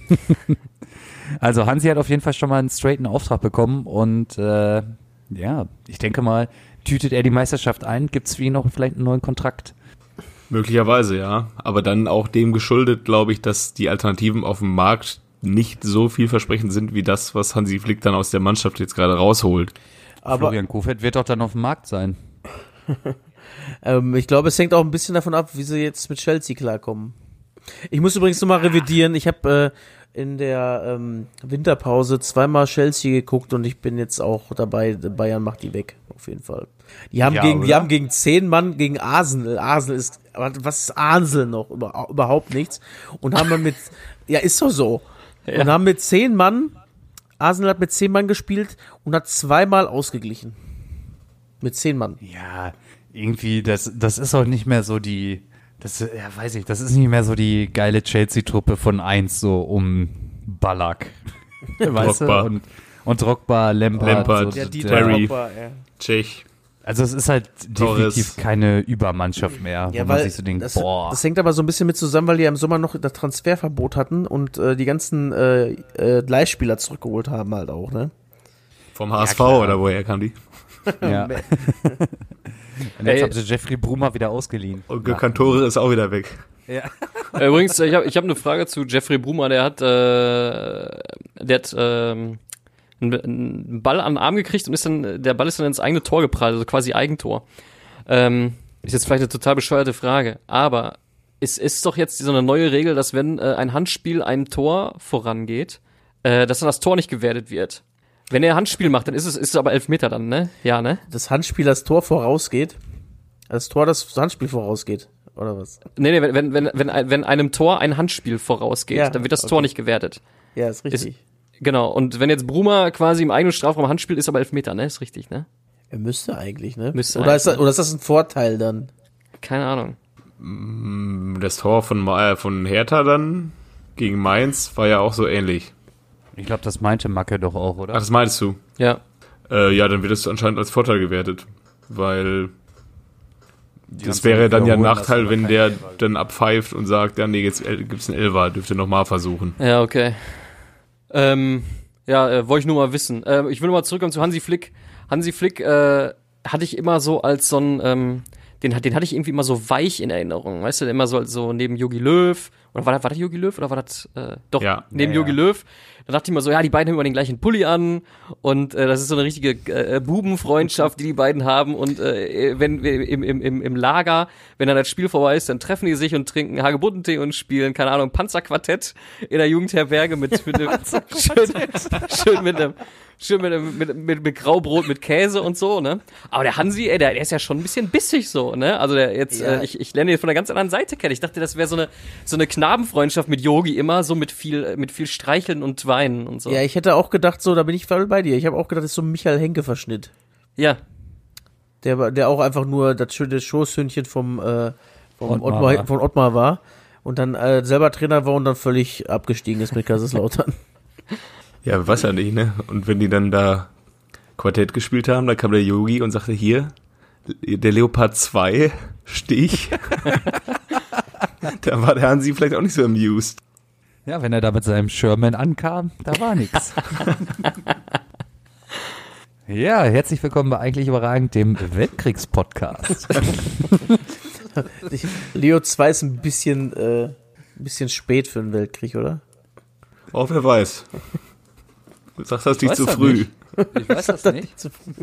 Also Hansi hat auf jeden Fall schon mal einen straighten Auftrag bekommen und ich denke mal, tütet er die Meisterschaft ein, gibt's für ihn noch vielleicht einen neuen Kontrakt. Möglicherweise, ja. Aber dann auch dem geschuldet, glaube ich, dass die Alternativen auf dem Markt nicht so vielversprechend sind, wie das, was Hansi Flick dann aus der Mannschaft jetzt gerade rausholt. Aber Florian Kohfeldt wird doch dann auf dem Markt sein. ich glaube, es hängt auch ein bisschen davon ab, wie sie jetzt mit Chelsea klarkommen. Ich muss übrigens nochmal revidieren. Ich habe in der Winterpause zweimal Chelsea geguckt und ich bin jetzt auch dabei, Bayern macht die weg, auf jeden Fall. Die haben gegen 10 Mann gegen Arsenal. Arsenal ist, was ist Arsenal noch? Überhaupt nichts. Und haben wir ist doch so. Und haben mit 10 Mann, Arsenal hat mit 10 Mann gespielt und hat zweimal ausgeglichen. Mit 10 Mann. Ja, irgendwie, das ist auch nicht mehr so das ist nicht mehr so die geile Chelsea-Truppe von 1, so um Ballack. Weißt Drogba. du? Und Drogba, Lampard. So, Ja, Terry, ja. Tschech. Also es ist halt Torres. definitiv keine Übermannschaft mehr, Ja, wo man weil sich so denkt, das, boah. das hängt aber so ein bisschen mit zusammen, weil die ja im Sommer noch das Transferverbot hatten und die ganzen Leihspieler zurückgeholt haben halt auch, ne? Vom HSV klar. oder woher kam die? Ja. Und jetzt haben sie Jeffrey Bruma wieder ausgeliehen. Und Gökhan Tore ist auch wieder weg. Ja. Übrigens, ich hab eine Frage zu Jeffrey Bruma, der hat einen Ball an den Arm gekriegt und der Ball ist dann ins eigene Tor geprallt, also quasi Eigentor. Ist jetzt vielleicht eine total bescheuerte Frage, aber ist doch jetzt so eine neue Regel, dass wenn ein Handspiel einem Tor vorangeht, dass dann das Tor nicht gewertet wird. Wenn er Handspiel macht, dann ist es aber Elfmeter dann, ne? Ja, ne? Das Handspiel das Tor vorausgeht. Das Tor das Handspiel vorausgeht, oder was? Nee, wenn einem Tor ein Handspiel vorausgeht, Ja, dann wird das Tor nicht gewertet. Ja, ist richtig. Genau, und wenn jetzt Bruma quasi im eigenen Strafraum Handspiel ist aber Elfmeter, ne? Ist richtig, ne? Er müsste eigentlich, ne? Müsste oder, eigentlich, ist das ein Vorteil dann? Keine Ahnung. Das Tor von Hertha dann gegen Mainz war ja auch so ähnlich. Ich glaube, das meinte Macke doch auch, oder? Ach, das meinst du? Ja. Ja, dann wird es anscheinend als Vorteil gewertet. Weil das ganzen wäre dann ja ein wiederholen Nachteil, lassen, wenn aber der kein Fall. dann abpfeift und sagt, ja nee, jetzt gibt's einen Elfer, dürft ihr nochmal versuchen. Ja, okay. Wollte ich nur mal wissen. Ich will nur mal zurückkommen zu Hansi Flick. Hansi Flick hatte ich immer so als so ein, den hatte ich irgendwie immer so weich in Erinnerung, weißt du, immer so als so neben Jogi Löw, oder war das Jogi Löw oder war das, doch, Ja. neben Ja, Jogi ja. Löw. Da dachte ich mir so, ja, die beiden haben immer den gleichen Pulli an und das ist so eine richtige Bubenfreundschaft, die beiden haben und wenn wir im Lager, wenn dann das Spiel vorbei ist, dann treffen die sich und trinken Hagebuttentee und spielen, keine Ahnung, Panzerquartett in der Jugendherberge mit einem schön mit Graubrot mit Käse und so, ne? Aber der Hansi, der ist ja schon ein bisschen bissig so, ne? Also der jetzt, Ja. ich lerne ihn von der ganz anderen Seite kennen. Ich dachte, das wäre so eine Knabenfreundschaft mit Yogi immer, so mit viel Streicheln und Weinen und so. Ja, ich hätte auch gedacht, so, da bin ich voll bei dir. Ich habe auch gedacht, das ist so ein Michael Henke-Verschnitt. Ja. Der auch einfach nur das schöne Schoßhündchen vom Ottmar Ottmar war und dann selber Trainer war und dann völlig abgestiegen ist mit Kaiserslautern. Ja, weiß ja nicht, ne? Und wenn die dann da Quartett gespielt haben, dann kam der Yogi und sagte, hier, der Leopard 2 Stich. Da war der Hansi vielleicht auch nicht so amused. Ja, wenn er da mit seinem Sherman ankam, da war nix. Ja, herzlich willkommen bei Eigentlich Überragend, dem Weltkriegspodcast. Leo 2 ist ein bisschen spät für den Weltkrieg, oder? Oh, wer weiß. Du sagst das nicht weiß zu das früh. nicht. Ich weiß das nicht. Zu früh.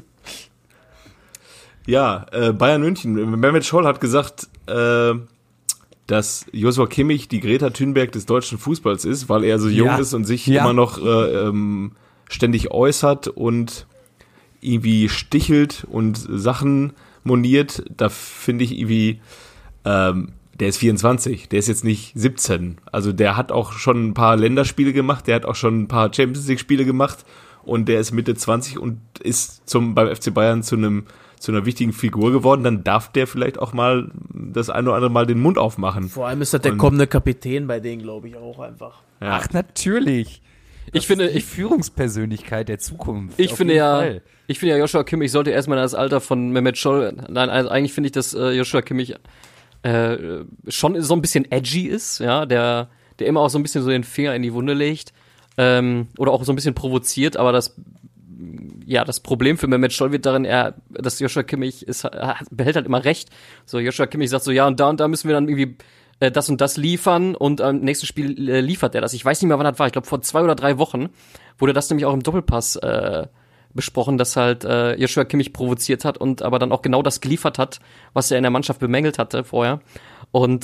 Ja, Bayern München. Mehmet Scholl hat gesagt, dass Joshua Kimmich die Greta Thunberg des deutschen Fußballs ist, weil er so jung Ja. ist und sich Ja. immer noch ständig äußert und irgendwie stichelt und Sachen moniert. Da finde ich irgendwie, der ist 24, der ist jetzt nicht 17. Also der hat auch schon ein paar Länderspiele gemacht, der hat auch schon ein paar Champions League Spiele gemacht und der ist Mitte 20 und ist beim FC Bayern zu einer wichtigen Figur geworden. Dann darf der vielleicht auch mal das eine oder andere Mal den Mund aufmachen. Vor allem ist das der Und- kommende Kapitän bei denen, glaube ich, auch einfach. Ja. Ach, natürlich. Ich finde, Die Führungspersönlichkeit der Zukunft. Ich auf finde jeden ja, Fall. Joshua Kimmich sollte erstmal in das Alter von Mehmet Scholl, nein, also eigentlich finde ich, dass Joshua Kimmich schon so ein bisschen edgy ist, ja, der immer auch so ein bisschen so den Finger in die Wunde legt, oder auch so ein bisschen provoziert, aber das Problem für Mehmet Scholl wird darin, dass Joshua Kimmich behält halt immer recht. So, Joshua Kimmich sagt so, ja, und da müssen wir dann irgendwie das und das liefern und am nächsten Spiel liefert er das. Ich weiß nicht mehr, wann das war. Ich glaube, vor 2 oder 3 Wochen wurde das nämlich auch im Doppelpass besprochen, dass halt Joshua Kimmich provoziert hat und aber dann auch genau das geliefert hat, was er in der Mannschaft bemängelt hatte vorher. Und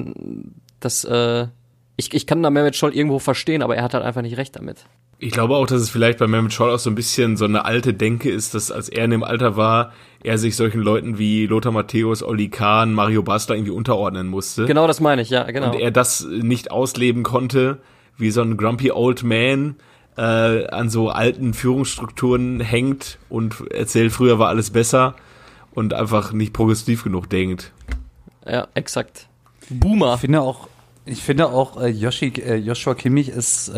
ich kann da Mehmet Scholl irgendwo verstehen, aber er hat halt einfach nicht recht damit. Ich glaube auch, dass es vielleicht bei Mehmet Scholl auch so ein bisschen so eine alte Denke ist, dass als er in dem Alter war, er sich solchen Leuten wie Lothar Matthäus, Oli Kahn, Mario Basler irgendwie unterordnen musste. Genau, das meine ich, ja, genau. Und er das nicht ausleben konnte, wie so ein grumpy old man an so alten Führungsstrukturen hängt und erzählt, früher war alles besser. und einfach nicht progressiv genug denkt. Ja, exakt. Boomer. Ich finde auch Joshua Kimmich ist,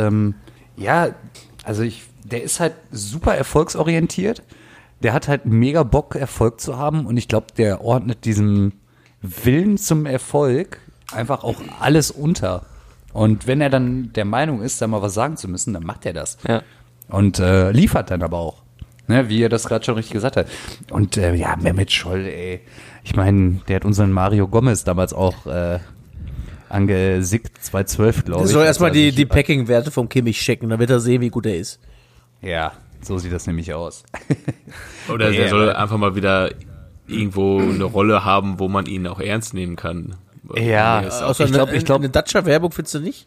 der ist halt super erfolgsorientiert. Der hat halt mega Bock, Erfolg zu haben. Und ich glaube, der ordnet diesem Willen zum Erfolg einfach auch alles unter. Und wenn er dann der Meinung ist, da mal was sagen zu müssen, dann macht er das. Ja. Und liefert dann aber auch. Ne, wie er das gerade schon richtig gesagt hat. Und Mehmet Scholl, ey. Ich meine, der hat unseren Mario Gomez damals auch angesickt, 2012, glaube ich. Er soll erstmal die Packing-Werte vom Kimmich checken, dann wird er sehen, wie gut er ist. Ja, so sieht das nämlich aus. Oder der soll einfach mal wieder irgendwo eine Rolle haben, wo man ihn auch ernst nehmen kann. Ja, Außer ich glaube, eine Dacia-Werbung findest du nicht?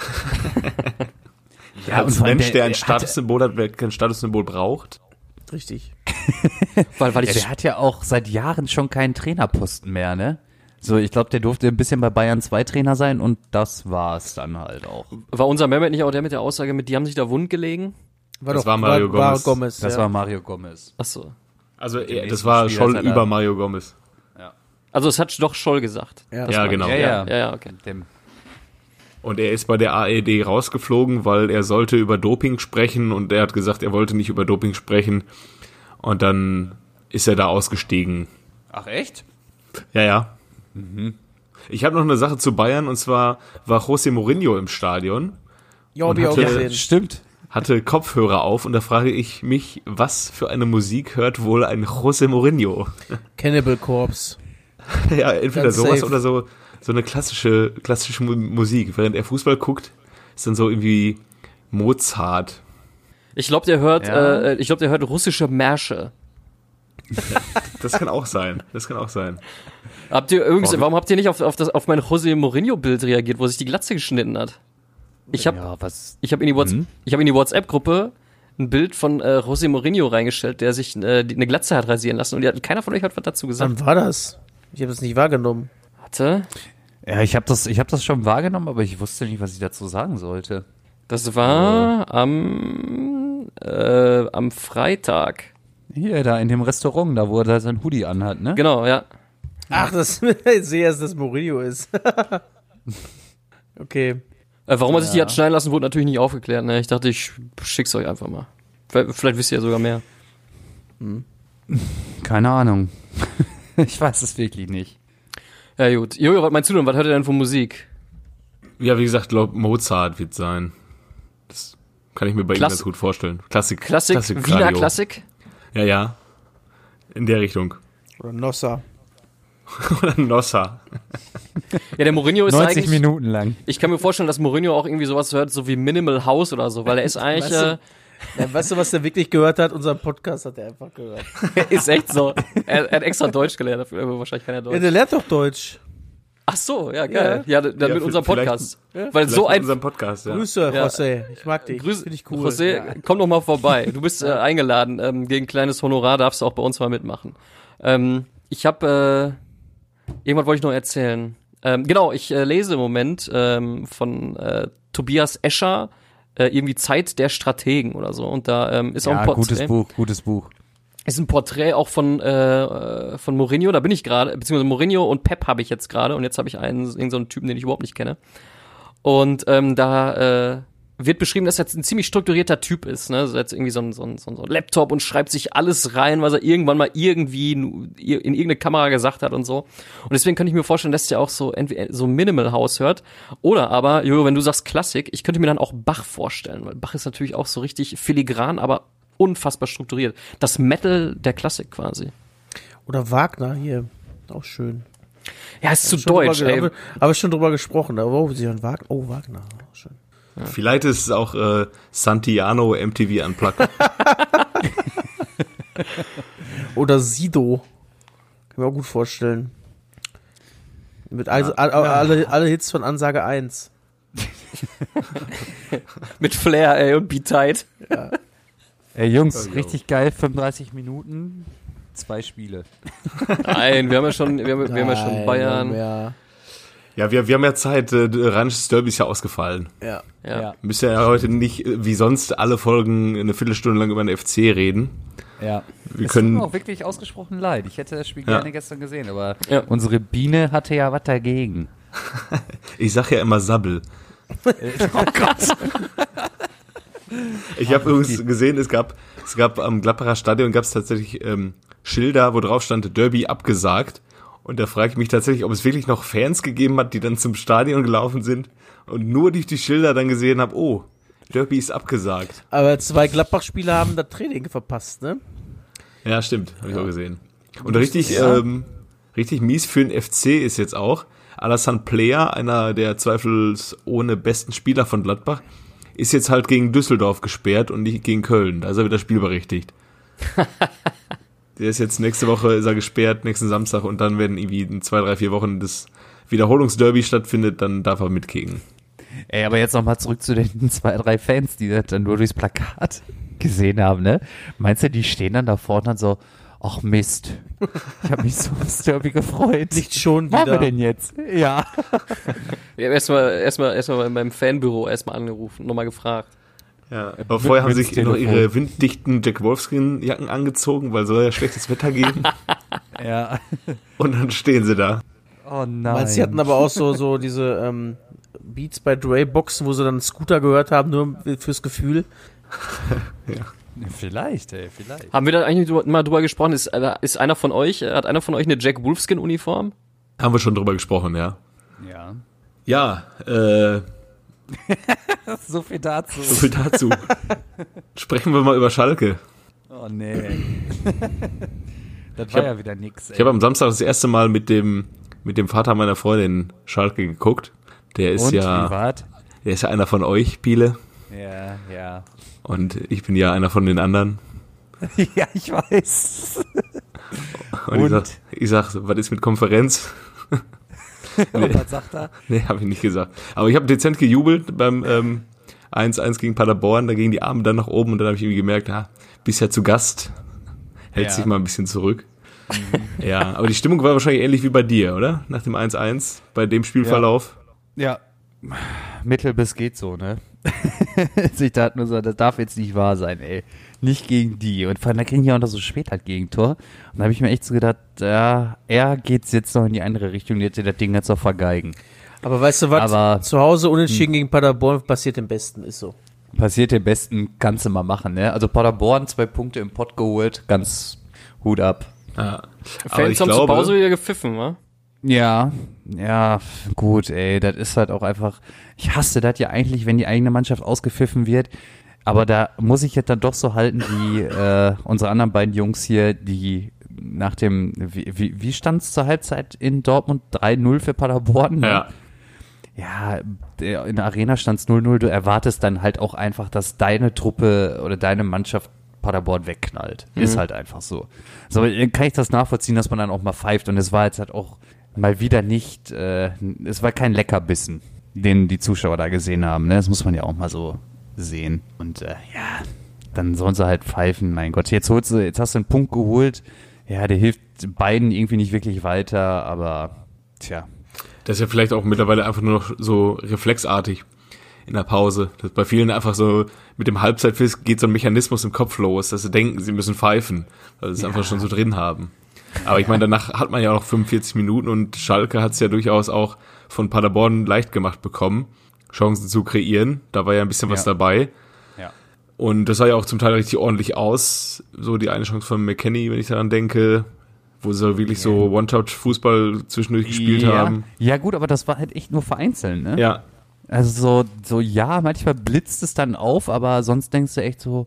Ja, als Mensch, der ein Statussymbol hat, wer kein Statussymbol braucht. Richtig. Der hat ja auch seit Jahren schon keinen Trainerposten mehr, ne? So, ich glaube, der durfte ein bisschen bei Bayern 2 Trainer sein und das war's dann halt auch. War unser Mehmet nicht auch der mit der Aussage die haben sich da wund gelegen? Das war Mario Gomez. Das war Mario Gomez. Ach so. Also das war Scholl über Mario Gomez. Also es hat doch Scholl gesagt. Ja, genau. Ja, okay. Und er ist bei der ARD rausgeflogen, weil er sollte über Doping sprechen und er hat gesagt, er wollte nicht über Doping sprechen. Und dann ist er da ausgestiegen. Ach echt? Ja. Mhm. Ich habe noch eine Sache zu Bayern, und zwar war José Mourinho im Stadion. Ja, hab ich auch gesehen. Stimmt. Hatte Kopfhörer auf und da frage ich mich, was für eine Musik hört wohl ein José Mourinho? Cannibal Corpse. Ja, entweder Ganz sowas safe. oder so eine klassische Musik. Während er Fußball guckt, ist dann so irgendwie Mozart. Ich glaube, der hört russische Märsche. Das kann auch sein. Warum habt ihr nicht auf mein José Mourinho-Bild reagiert, wo sich die Glatze geschnitten hat? Ich habe in die WhatsApp-Gruppe ein Bild von José Mourinho reingestellt, der sich eine Glatze hat rasieren lassen, und keiner von euch hat was dazu gesagt. Wann war das? Ich habe das nicht wahrgenommen. Warte. Ja, ich hab das schon wahrgenommen, aber ich wusste nicht, was ich dazu sagen sollte. Das war am Freitag. Hier, da in dem Restaurant, da wo er da sein Hoodie anhat, ne? Genau, ja. Ach, ich sehe erst, dass Mourinho ist. Okay. Warum er sich die hat schneiden lassen, wurde natürlich nicht aufgeklärt. Ne? Ich dachte, ich schick's euch einfach mal. Vielleicht wisst ihr ja sogar mehr. Keine Ahnung. Ich weiß es wirklich nicht. Ja, gut. Jojo, was meinst du denn? Was hört ihr denn von Musik? Ja, wie gesagt, glaub Mozart wird sein. Das kann ich mir bei ihm ganz gut vorstellen. Klassik, Wiener Radio. Klassik? Ja. In der Richtung. Oder Nossa. Oder Nossa. Ja, der Mourinho ist 90 eigentlich... Minuten lang. Ich kann mir vorstellen, dass Mourinho auch irgendwie sowas hört, so wie Minimal House oder so, weil er ist eigentlich... Weißt du, was der wirklich gehört hat? Unseren Podcast hat er einfach gehört. ist echt so. Er hat extra Deutsch gelernt, dafür wahrscheinlich keiner Deutsch. Ja, der lernt doch Deutsch. Ach so, ja, geil. Ja, dann mit unserem Podcast. Weil Weil so ein... unserem Podcast, ja. Grüße, Ja. José. Ich mag dich. Grüß, Finde ich cool. José, komm doch mal vorbei. Du bist eingeladen. Gegen kleines Honorar darfst du auch bei uns mal mitmachen. Ich habe... irgendwas wollte ich noch erzählen. Genau, ich lese im Moment von Tobias Escher irgendwie Zeit der Strategen oder so. Und da ist auch ein Porträt. Gutes Buch. Ist ein Porträt auch von Mourinho, da bin ich gerade, beziehungsweise Mourinho und Pep habe ich jetzt gerade, und jetzt habe ich irgend so einen Typen, den ich überhaupt nicht kenne. Und da wird beschrieben, dass er jetzt ein ziemlich strukturierter Typ ist, ne? Also jetzt irgendwie so ein Laptop und schreibt sich alles rein, was er irgendwann mal irgendwie in irgendeine Kamera gesagt hat und so. Und deswegen könnte ich mir vorstellen, dass der auch so entweder so Minimal House hört. Oder aber, Jojo, wenn du sagst Klassik, ich könnte mir dann auch Bach vorstellen, weil Bach ist natürlich auch so richtig filigran, aber unfassbar strukturiert. Das Metal der Klassik quasi. Oder Wagner hier. Auch schön. Ja, ist zu deutsch, ey. Habe ich schon drüber gesprochen. Oh, sie hören Wagner. Oh, Wagner. Auch schön. Ja. Vielleicht ist es auch Santiano MTV Unplugged. Oder Sido. Kann ich mir auch gut vorstellen. Mit alle Hits von Ansage 1. Mit Flair, ey, und Beat Tight. Ja. Ey, Jungs, richtig geil, 35 Minuten, 2 Spiele. Nein, wir haben ja schon Bayern. Ja, wir haben ja Zeit, Rheinisches Derby ist ja ausgefallen. Ja. Müssen ja heute nicht, wie sonst, alle Folgen eine Viertelstunde lang über den FC reden. Ja. Wir Es tut können, mir auch wirklich ausgesprochen leid. Ich hätte das Spiel Ja. gerne gestern gesehen, aber Ja. unsere Biene hatte ja was dagegen. ich sag ja immer Sabbel. Ich habe übrigens gesehen, es gab am Gladbacher Stadion gab es tatsächlich Schilder, wo drauf stand Derby abgesagt. Und da frage ich mich tatsächlich, ob es wirklich noch Fans gegeben hat, die dann zum Stadion gelaufen sind und nur durch die Schilder dann gesehen haben, oh, Derby ist abgesagt. Aber 2 Gladbach-Spieler haben das Training verpasst, ne? Ja, stimmt, habe ich auch gesehen. Und richtig mies für den FC ist jetzt auch, Alassane Player, einer der zweifelsohne besten Spieler von Gladbach, ist jetzt halt gegen Düsseldorf gesperrt und nicht gegen Köln. Da ist er wieder spielberechtigt. Der ist jetzt nächste Woche ist er gesperrt, nächsten Samstag, und dann werden irgendwie in 2, 3, 4 Wochen das Wiederholungsderby stattfindet, dann darf er mitkicken. Ey, aber jetzt nochmal zurück zu den 2, 3 Fans, die das dann nur durchs Plakat gesehen haben, ne? Meinst du, die stehen dann da vorne und dann so, ach Mist, ich habe mich so aufs Derby gefreut. Nicht schon Was machen wir wieder. denn jetzt? Ja. Wir haben erstmal in meinem Fanbüro erstmal angerufen, nochmal gefragt. Ja, aber vorher haben Mit sich noch Telefon. ihre winddichten Jack Wolfskin-Jacken angezogen, weil soll ja schlechtes Wetter geben. Ja. Und dann stehen sie da. Oh nein. Meinst du, die hatten aber auch so diese Beats by Dre Boxen, wo sie dann Scooter gehört haben, nur fürs Gefühl? Vielleicht, ey, vielleicht. Haben wir da eigentlich mal drüber gesprochen? Hat einer von euch eine Jack Wolfskin Uniform? Haben wir schon drüber gesprochen, ja. Ja. Ja, So viel dazu. so viel dazu. Sprechen wir mal über Schalke. Oh nee. Das war ja wieder nix, ey. Ich habe am Samstag das erste Mal mit dem Vater meiner Freundin Schalke geguckt. Der ist Und, ja privat? der ist ja einer von euch, Biele. Ja, ja. Und ich bin ja einer von den anderen. Ja, ich weiß. Und ich sag, was ist mit Konferenz? Und was sagt er? Nee, habe ich nicht gesagt. Aber ich habe dezent gejubelt beim 1-1 gegen Paderborn. Da gingen die Arme dann nach oben und dann habe ich irgendwie gemerkt, bist ja zu Gast. Hältst Ja. dich mal ein bisschen zurück. Ja, aber die Stimmung war wahrscheinlich ähnlich wie bei dir, oder? Nach dem 1-1, bei dem Spielverlauf. Ja. Mittel bis geht so, ne? Ich dachte nur so, das darf jetzt nicht wahr sein, ey. Nicht gegen die. Und vor allem, da kriegen die auch noch so spät halt Gegentor. Und da habe ich mir echt so gedacht, ja, er geht's jetzt noch in die andere Richtung, jetzt das Ding jetzt noch vergeigen. Aber weißt du was? Aber- Zu Hause unentschieden gegen Paderborn passiert im Besten, ist so. Passiert den Besten, kannst du mal machen, ne? Also Paderborn 2 Punkte im Pott geholt, ganz Hut ab. Ja. Aber Fans ich haben zur glaube, Pause wieder gepfiffen, wa? Ja, gut, ey, das ist halt auch einfach, ich hasse das ja eigentlich, wenn die eigene Mannschaft ausgepfiffen wird, aber da muss ich jetzt dann doch so halten, wie unsere anderen beiden Jungs hier, die nach dem, wie stand's zur Halbzeit in Dortmund? 3-0 für Paderborn? Ne? ja. Ja, in der Arena stand's 0-0, du erwartest dann halt auch einfach, dass deine Truppe oder deine Mannschaft Paderborn wegknallt. Ist halt einfach so. So kann ich das nachvollziehen, dass man dann auch mal pfeift, und es war jetzt halt auch mal wieder nicht, es war kein Leckerbissen, den die Zuschauer da gesehen haben, ne? Das muss man ja auch mal so sehen. Und ja, dann sollen sie halt pfeifen, mein Gott. Jetzt hast du einen Punkt geholt, ja, der hilft beiden irgendwie nicht wirklich weiter, aber tja. Das ist ja vielleicht auch mittlerweile einfach nur noch so reflexartig in der Pause. Das bei vielen einfach so mit dem Halbzeitpfiff geht so ein Mechanismus im Kopf los, dass sie denken, sie müssen pfeifen, weil sie es einfach schon so drin haben. Aber ich meine, danach hat man ja auch noch 45 Minuten und Schalke hat es ja durchaus auch von Paderborn leicht gemacht bekommen, Chancen zu kreieren. Da war ja ein bisschen was dabei. Ja. Und das sah ja auch zum Teil richtig ordentlich aus. So die eine Chance von McKennie, wenn ich daran denke, wo sie wirklich so One-Touch-Fußball zwischendurch gespielt haben. Ja gut, aber das war halt echt nur vereinzelt, ne? Ja, Also so ja, manchmal blitzt es dann auf, aber sonst denkst du echt so,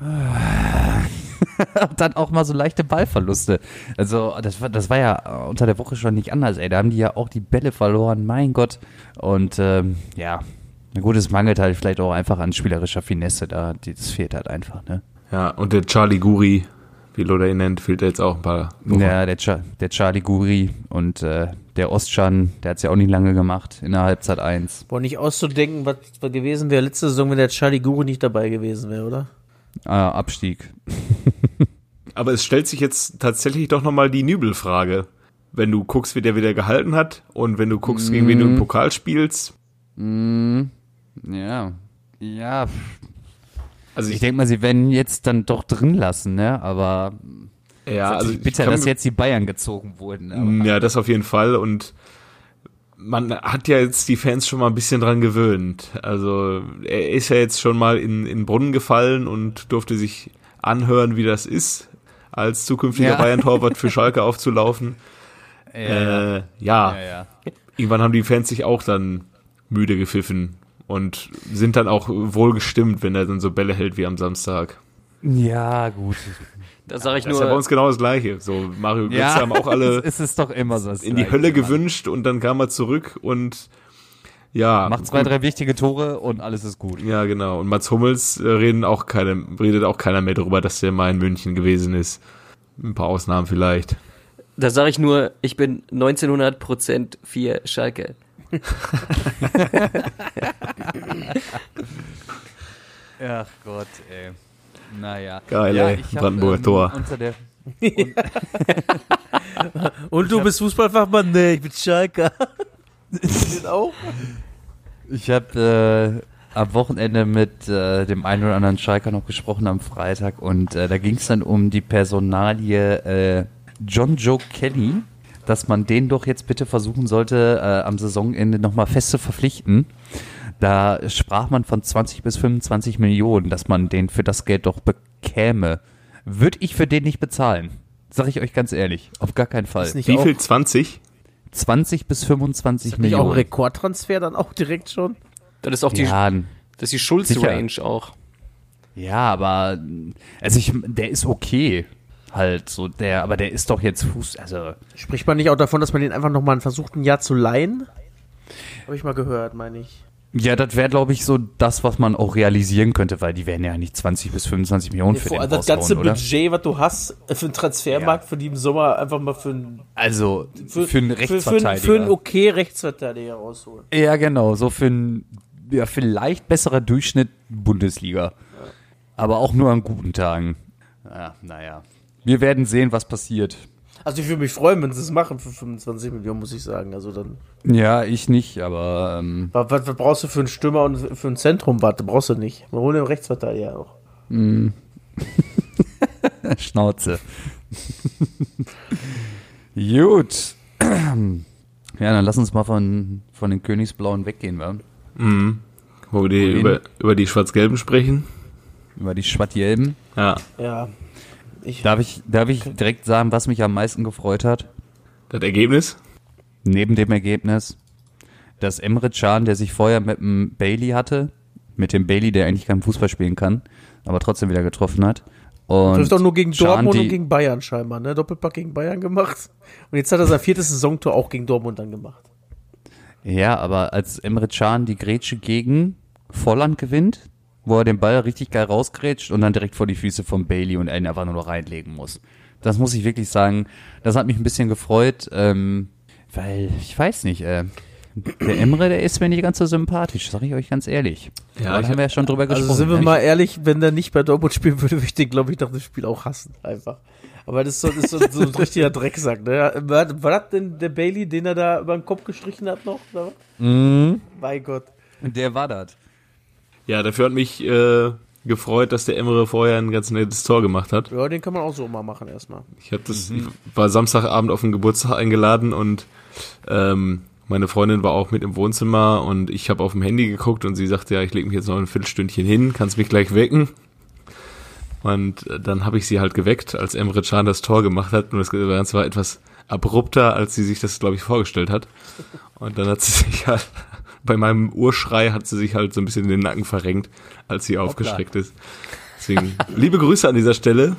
dann auch mal so leichte Ballverluste. Also das war ja unter der Woche schon nicht anders, ey. Da haben die ja auch die Bälle verloren, mein Gott. Und ja, na gut, es mangelt halt vielleicht auch einfach an spielerischer Finesse da. Das fehlt halt einfach, ne? ja. Und der Charlie Guri, wie Loda ihn nennt, fehlt jetzt auch ein paar Wochen. Ja, der Charlie Guri und der Ostschan, der hat's ja auch nicht lange gemacht in der Halbzeit 1. Boah, nicht auszudenken, was gewesen wäre letzte Saison, wenn der Charlie Guru nicht dabei gewesen wäre, oder? Abstieg. Aber es stellt sich jetzt tatsächlich doch nochmal die Nübel-Frage. Wenn du guckst, wie der wieder gehalten hat und wenn du guckst, gegen wen du im Pokal spielst. Ja. Also Ich denke mal, sie werden ihn jetzt dann doch drin lassen, ne? Aber ja, also ich bitter, kann dass mir- jetzt die Bayern gezogen wurden. Aber Ja, das auf jeden Fall. Und man hat ja jetzt die Fans schon mal ein bisschen dran gewöhnt. Also er ist ja jetzt schon mal in den Brunnen gefallen und durfte sich anhören, wie das ist, als zukünftiger Ja. Bayern-Torwart für Schalke aufzulaufen. Ja, irgendwann haben die Fans sich auch dann müde gepfiffen und sind dann auch wohl gestimmt, wenn er dann so Bälle hält wie am Samstag. ja, gut. Da sage ich Das ist ja bei nur, uns genau das Gleiche. So Mario Götze haben auch alle es ist doch immer so. das in die Gleiche, Hölle Mann. gewünscht und dann kam er zurück und ja. Macht 2, 3 wichtige Tore und alles ist gut. Ja, genau. Und Mats Hummels redet auch keiner mehr darüber, dass der mal in München gewesen ist. Ein paar Ausnahmen vielleicht. da sage ich nur, ich bin 1900% für Schalke. Ach Gott, ey. Naja. Geil, ey. ich hab, Brandenburger Tor. Unter der, Und du bist Fußballfachmann? Nee, ich bin Schalker. Den auch? ich habe am Wochenende mit dem einen oder anderen Schalker noch gesprochen am Freitag und da ging es dann um die Personalie John Joe Kelly, dass man den doch jetzt bitte versuchen sollte, am Saisonende nochmal fest zu verpflichten. Da sprach man von 20 bis 25 Millionen, dass man den für das Geld doch bekäme. Würde ich für den nicht bezahlen. Sag ich euch ganz ehrlich. Auf gar keinen Fall. Ist nicht Wie auch, viel? 20? 20 bis 25 nicht auch ein Millionen. Rekordtransfer dann auch direkt schon? Das ist auch die, Ja, das ist die Schulz-Range auch. ja, aber also der ist okay. Halt so, aber der ist doch jetzt also Spricht man nicht auch davon, dass man den einfach nochmal versucht, ein Jahr zu leihen? Habe ich mal gehört, meine ich. ja, das wäre, glaube ich, so das, was man auch realisieren könnte, weil die werden ja nicht 20 bis 25 Millionen für den Das ganze raushauen, oder? Budget, was du hast für einen Transfermarkt, für die im Sommer einfach mal für einen Also für einen Rechtsverteidiger. Für einen okay Rechtsverteidiger rausholen. Ja, genau, so für einen vielleicht besserer Durchschnitt Bundesliga. Aber auch nur an guten Tagen. Ja, naja. Wir werden sehen, was passiert. Also ich würde mich freuen, wenn sie es machen für 25 Millionen, muss ich sagen. Also dann. Ja, ich nicht, aber Was brauchst du für einen Stürmer und für ein Zentrum? Warte, brauchst du nicht. Wir holen den Rechtsverteidiger auch. Schnauze. Gut. Ja, dann lass uns mal von den Königsblauen weggehen, wa? Wo wir über die Schwarz-Gelben sprechen. Über die Schwattjelben. Ja. Ja. Darf ich direkt sagen, was mich am meisten gefreut hat? Das Ergebnis? Neben dem Ergebnis, dass Emre Can, der sich vorher mit dem Bailey hatte, mit dem Bailey, der eigentlich keinen Fußball spielen kann, aber trotzdem wieder getroffen hat. Und Trifft auch nur gegen Can, Dortmund die- und gegen Bayern scheinbar, ne? Doppelpack gegen Bayern gemacht. Und jetzt hat er sein 4. Saisontor auch gegen Dortmund dann gemacht. Ja, aber als Emre Can die Grätsche gegen Volland gewinnt, wo er den Ball richtig geil rausgrätscht und dann direkt vor die Füße von Bailey und ihn einfach nur noch reinlegen muss. Das muss ich wirklich sagen, das hat mich ein bisschen gefreut, weil, ich weiß nicht, der Emre, der ist mir nicht ganz so sympathisch, sag ich euch ganz ehrlich. Ja, Aber da haben wir ja schon drüber gesprochen. Also sind wir ne? mal ehrlich, wenn der nicht bei Dortmund spielen würde, würde ich den, glaube ich, nach dem Spiel auch hassen. Einfach. Aber das ist so ein richtiger Drecksack, ne? War das denn der Bailey, den er da über den Kopf gestrichen hat noch? Oder was? Mein Gott. Der war das. Ja, dafür hat mich gefreut, dass der Emre vorher ein ganz nettes Tor gemacht hat. Ja, den kann man auch so mal machen erstmal. Ich war Samstagabend auf den Geburtstag eingeladen und meine Freundin war auch mit im Wohnzimmer und ich habe auf dem Handy geguckt und sie sagte, ja, ich lege mich jetzt noch ein Viertelstündchen hin, kannst mich gleich wecken. Und dann habe ich sie halt geweckt, als Emre Can das Tor gemacht hat. Und das Ganze war etwas abrupter, als sie sich das, glaube ich, vorgestellt hat. Und dann hat sie sich halt, bei meinem Urschrei hat sie sich halt so ein bisschen in den Nacken verrenkt, als sie aufgeschreckt ist. Deswegen, liebe Grüße an dieser Stelle.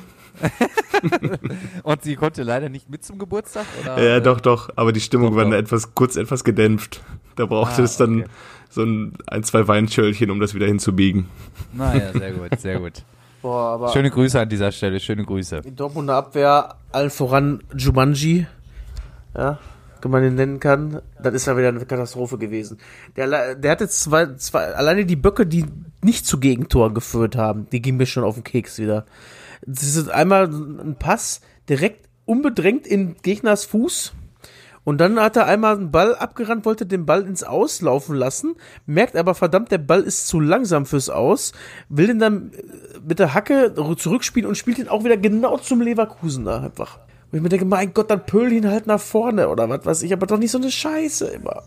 Und sie konnte leider nicht mit zum Geburtstag? Oder? Ja, doch. Aber die Stimmung Doch, war doch. dann etwas gedämpft. Da brauchte es dann okay. so ein, zwei Weinschöllchen, um das wieder hinzubiegen. Naja, sehr gut, sehr gut. Boah, aber Schöne Grüße an dieser Stelle, schöne Grüße. die Dortmunder Abwehr, allen voran Jumanji, ja, wenn man den nennen kann, das ist ja wieder eine Katastrophe gewesen. Der hat jetzt zwei, alleine die Böcke, die nicht zu Gegentoren geführt haben, die gingen mir schon auf den Keks wieder. Das ist einmal ein Pass direkt unbedrängt in Gegners Fuß Und dann hat er einmal einen Ball abgerannt, wollte den Ball ins Aus laufen lassen, merkt aber, verdammt, der Ball ist zu langsam fürs Aus, will den dann mit der Hacke zurückspielen und spielt ihn auch wieder genau zum Leverkusener einfach. Und ich mir denke, mein Gott, dann pöl ihn halt nach vorne oder was weiß ich, aber doch nicht so eine Scheiße immer.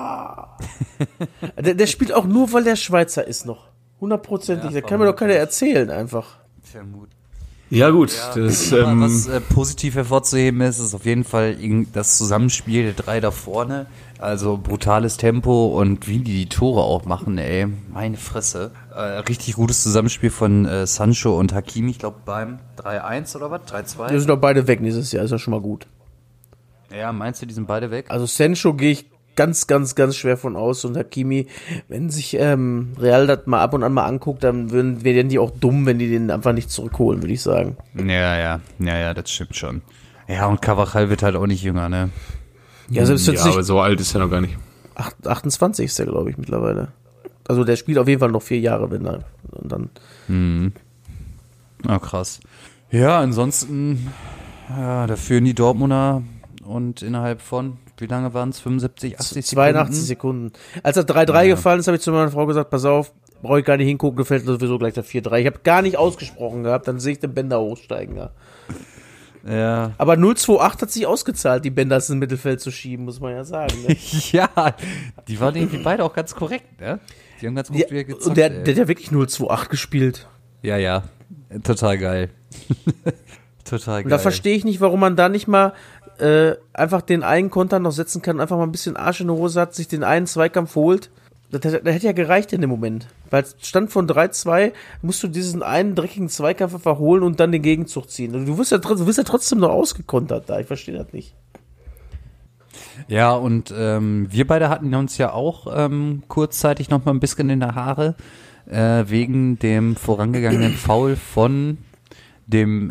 Der spielt auch nur, weil der Schweizer ist noch. 100%. Da kann mir doch keiner erzählen einfach. Ja gut, Was positiv hervorzuheben ist auf jeden Fall das Zusammenspiel der drei da vorne. Also brutales Tempo und wie die Tore auch machen, ey. Meine Fresse. Richtig gutes Zusammenspiel von Sancho und Hakimi, ich glaube beim 3-1 oder was? 3-2? Die sind doch beide weg nächstes Jahr, ist ja schon mal gut. Ja, meinst du, die sind beide weg? Also Sancho gehe ich ganz, ganz, ganz schwer von aus und Hakimi, wenn sich Real das mal ab und an mal anguckt, dann wären die auch dumm, wenn die den einfach nicht zurückholen, würde ich sagen. Ja, das stimmt schon. Ja, und Carvajal wird halt auch nicht jünger, ne? Ja, selbst jetzt nicht, aber so alt ist er noch gar nicht. 28 ist er, glaube ich, mittlerweile. Also der spielt auf jeden Fall noch 4 Jahre, wenn er und dann. Ah, krass. Ja, ansonsten, da führen die Dortmunder und innerhalb von, wie lange waren es? 75, 80 82 Sekunden. Als er 3-3 gefallen ist, habe ich zu meiner Frau gesagt, pass auf, brauche ich gar nicht hingucken, gefällt mir sowieso gleich der 4-3. Ich habe gar nicht ausgesprochen gehabt, dann sehe ich den Bender hochsteigen, ja. Ja. Aber 0-2-8 hat sich ausgezahlt, die Benders ins Mittelfeld zu schieben, muss man ja sagen. Ne? Ja, die waren irgendwie beide auch ganz korrekt, ne? Die haben ganz gut wieder gezockt. Und der hat ja wirklich 0-2-8 gespielt. Ja, total geil. Total geil. Und da verstehe ich nicht, warum man da nicht mal einfach den einen Konter noch setzen kann, einfach mal ein bisschen Arsch in der Hose hat, sich den einen Zweikampf holt. Das hätte ja gereicht in dem Moment. Weil Stand von 3-2 musst du diesen einen dreckigen Zweikampf einfach holen und dann den Gegenzug ziehen. Du wirst ja trotzdem noch ausgekontert da. Ich verstehe das nicht. Ja, und wir beide hatten uns ja auch kurzzeitig noch mal ein bisschen in der Haare wegen dem vorangegangenen Foul von dem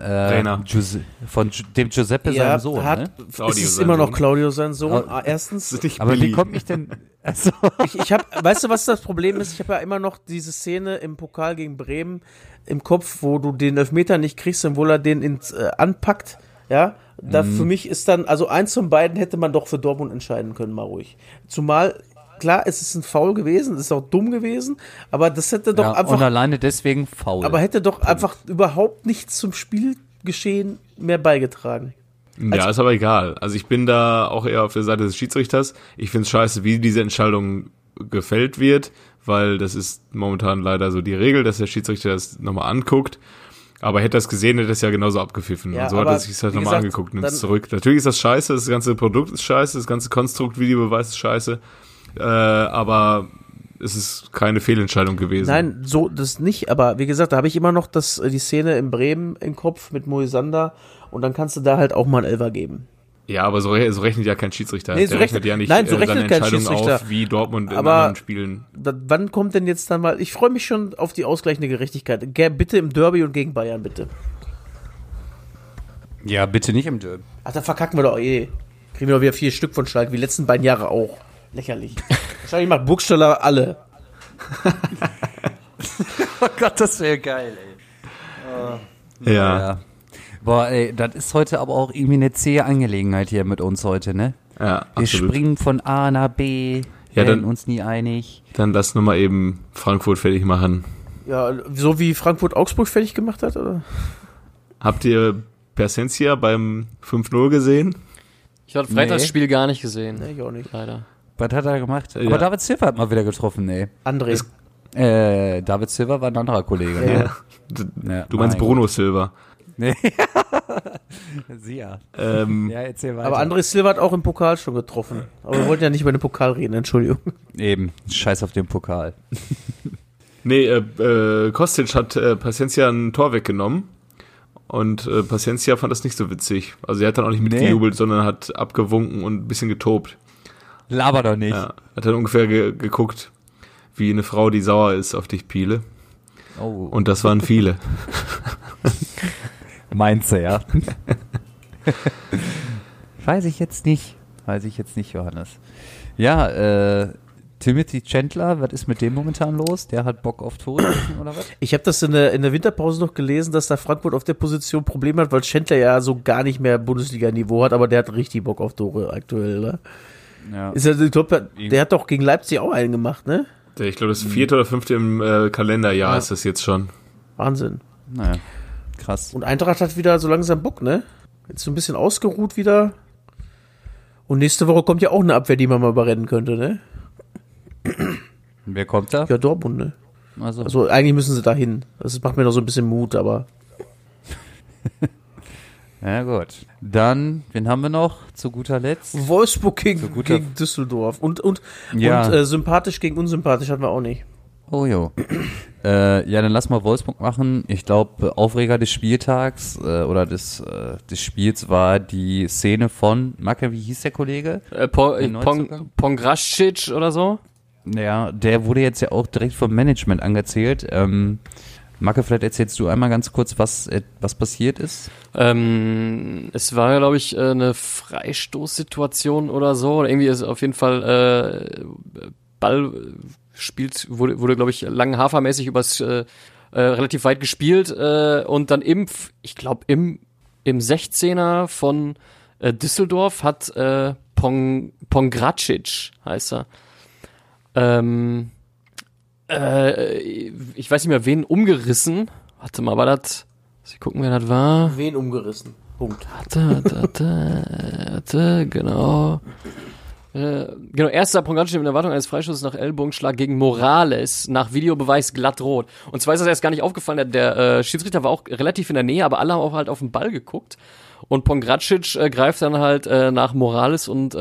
dem Giuseppe, seinem Sohn. Es ist immer noch Claudio sein Sohn. Erstens. Aber wie kommt ich denn? Also. Ich habe, weißt du, was das Problem ist? Ich habe ja immer noch diese Szene im Pokal gegen Bremen im Kopf, wo du den Elfmeter nicht kriegst, obwohl er den anpackt. Ja, da für mich ist dann, also eins von beiden hätte man doch für Dortmund entscheiden können, mal ruhig. Zumal, klar, es ist ein Foul gewesen, es ist auch dumm gewesen, aber das hätte doch einfach. Und alleine deswegen Foul. Aber hätte doch einfach überhaupt nichts zum Spielgeschehen mehr beigetragen. Ja, ist aber egal. Also ich bin da auch eher auf der Seite des Schiedsrichters. Ich finde es scheiße, wie diese Entscheidung gefällt wird, weil das ist momentan leider so die Regel, dass der Schiedsrichter das nochmal anguckt. Aber hätte er es gesehen, hätte er es ja genauso abgepfiffen. Ja, und so hat er sich das halt nochmal angeguckt, nimmt es zurück. Natürlich ist das scheiße, das ganze Produkt ist scheiße, das ganze Konstrukt, Videobeweis ist scheiße. Aber es ist keine Fehlentscheidung gewesen. Nein, so das nicht, aber wie gesagt, da habe ich immer noch die Szene in Bremen im Kopf mit Moisander und dann kannst du da halt auch mal einen Elfer geben. Ja, aber so rechnet ja kein Schiedsrichter. Nee, so der rechnet ja nicht nein, so seine rechnet kein Entscheidung Schiedsrichter. auf, wie Dortmund in Aber anderen Spielen. Wann kommt denn jetzt dann mal, ich freue mich schon auf die ausgleichende Gerechtigkeit. Bitte im Derby und gegen Bayern, bitte. Ja, bitte nicht im Derby. Ach, da verkacken wir doch Kriegen wir doch wieder 4 Stück von Schalke, wie die letzten beiden Jahre auch. Lächerlich. Wahrscheinlich macht Burgstaller alle. Oh Gott, das wäre geil, ey. Ja. Boah, ey, das ist heute aber auch irgendwie eine zähe Angelegenheit hier mit uns heute, ne? Ja, Wir absolut. springen von A nach B, Ja, werden dann- uns nie einig. Dann lass nur mal eben Frankfurt fertig machen. Ja, so wie Frankfurt Augsburg fertig gemacht hat, oder? Habt ihr Persencia beim 5-0 gesehen? Ich habe Freitagsspiel gar nicht gesehen. Nee, ich auch nicht. Leider. Was hat er gemacht? Ja. Aber David Silva hat mal wieder getroffen, ey. André. David Silva war ein anderer Kollege, ne? Ja, Du meinst mein Bruno Silva. Nee. Sie ja. Ja, erzähl weiter. Aber André Silva hat auch im Pokal schon getroffen. Aber wir wollten ja nicht über den Pokal reden, Entschuldigung. Eben, scheiß auf den Pokal. Nee, Kostic hat Paciencia ein Tor weggenommen und Paciencia fand das nicht so witzig. Also er hat dann auch nicht mitgejubelt, sondern hat abgewunken und ein bisschen getobt. Laber doch nicht. Ja, hat dann ungefähr geguckt, wie eine Frau, die sauer ist auf dich, Piele. Oh. Und das waren viele. Meinst du, ja? Weiß ich jetzt nicht, Johannes. Ja, Timothy Chandler, was ist mit dem momentan los? Der hat Bock auf Tore oder was? Ich habe das in der Winterpause noch gelesen, dass da Frankfurt auf der Position Probleme hat, weil Chandler ja so gar nicht mehr Bundesliga-Niveau hat, aber der hat richtig Bock auf Tore aktuell, ne? Ja. Ist ja, ich glaub, der hat doch gegen Leipzig auch einen gemacht, ne? Ich glaube, das 4. oder 5. im Kalenderjahr ist das jetzt schon. Wahnsinn. Naja, krass. Und Eintracht hat wieder so langsam Bock, ne? Jetzt so ein bisschen ausgeruht wieder. Und nächste Woche kommt ja auch eine Abwehr, die man mal überrennen könnte, ne? Wer kommt da? Ja, Dortmund, ne? Also, Also eigentlich müssen sie da hin. Das macht mir noch so ein bisschen Mut, aber ja gut. Dann, wen haben wir noch zu guter Letzt? Wolfsburg gegen guter- Düsseldorf. Und Ja. sympathisch gegen unsympathisch hatten wir auch nicht. Oh jo. Ja, dann lass mal Wolfsburg machen. Ich glaube, Aufreger des Spieltags oder des Spiels war die Szene von, Macke, wie hieß der Kollege? Pongracic oder so? Ja, der wurde jetzt ja auch direkt vom Management angezählt. Macke, vielleicht erzählst du einmal ganz kurz, was passiert ist. Es war, glaube ich, eine Freistoßsituation oder so. Oder irgendwie ist auf jeden Fall Ball wurde glaube ich, Langenhafer-mäßig übers relativ weit gespielt und dann ich glaube, im 16er von Düsseldorf hat Pongracic, heißt er, ich weiß nicht mehr, wen umgerissen. Warte mal, war das? Sie gucken, wer das war. Wen umgerissen? Punkt. Warte, genau. Genau, erster Pongracic in Erwartung eines Freistoßes nach Ellbogenschlag gegen Morales, nach Videobeweis glattrot. Und zwar ist das erst gar nicht aufgefallen, der Schiedsrichter war auch relativ in der Nähe, aber alle haben auch halt auf den Ball geguckt. Und Pongracic greift dann halt nach Morales und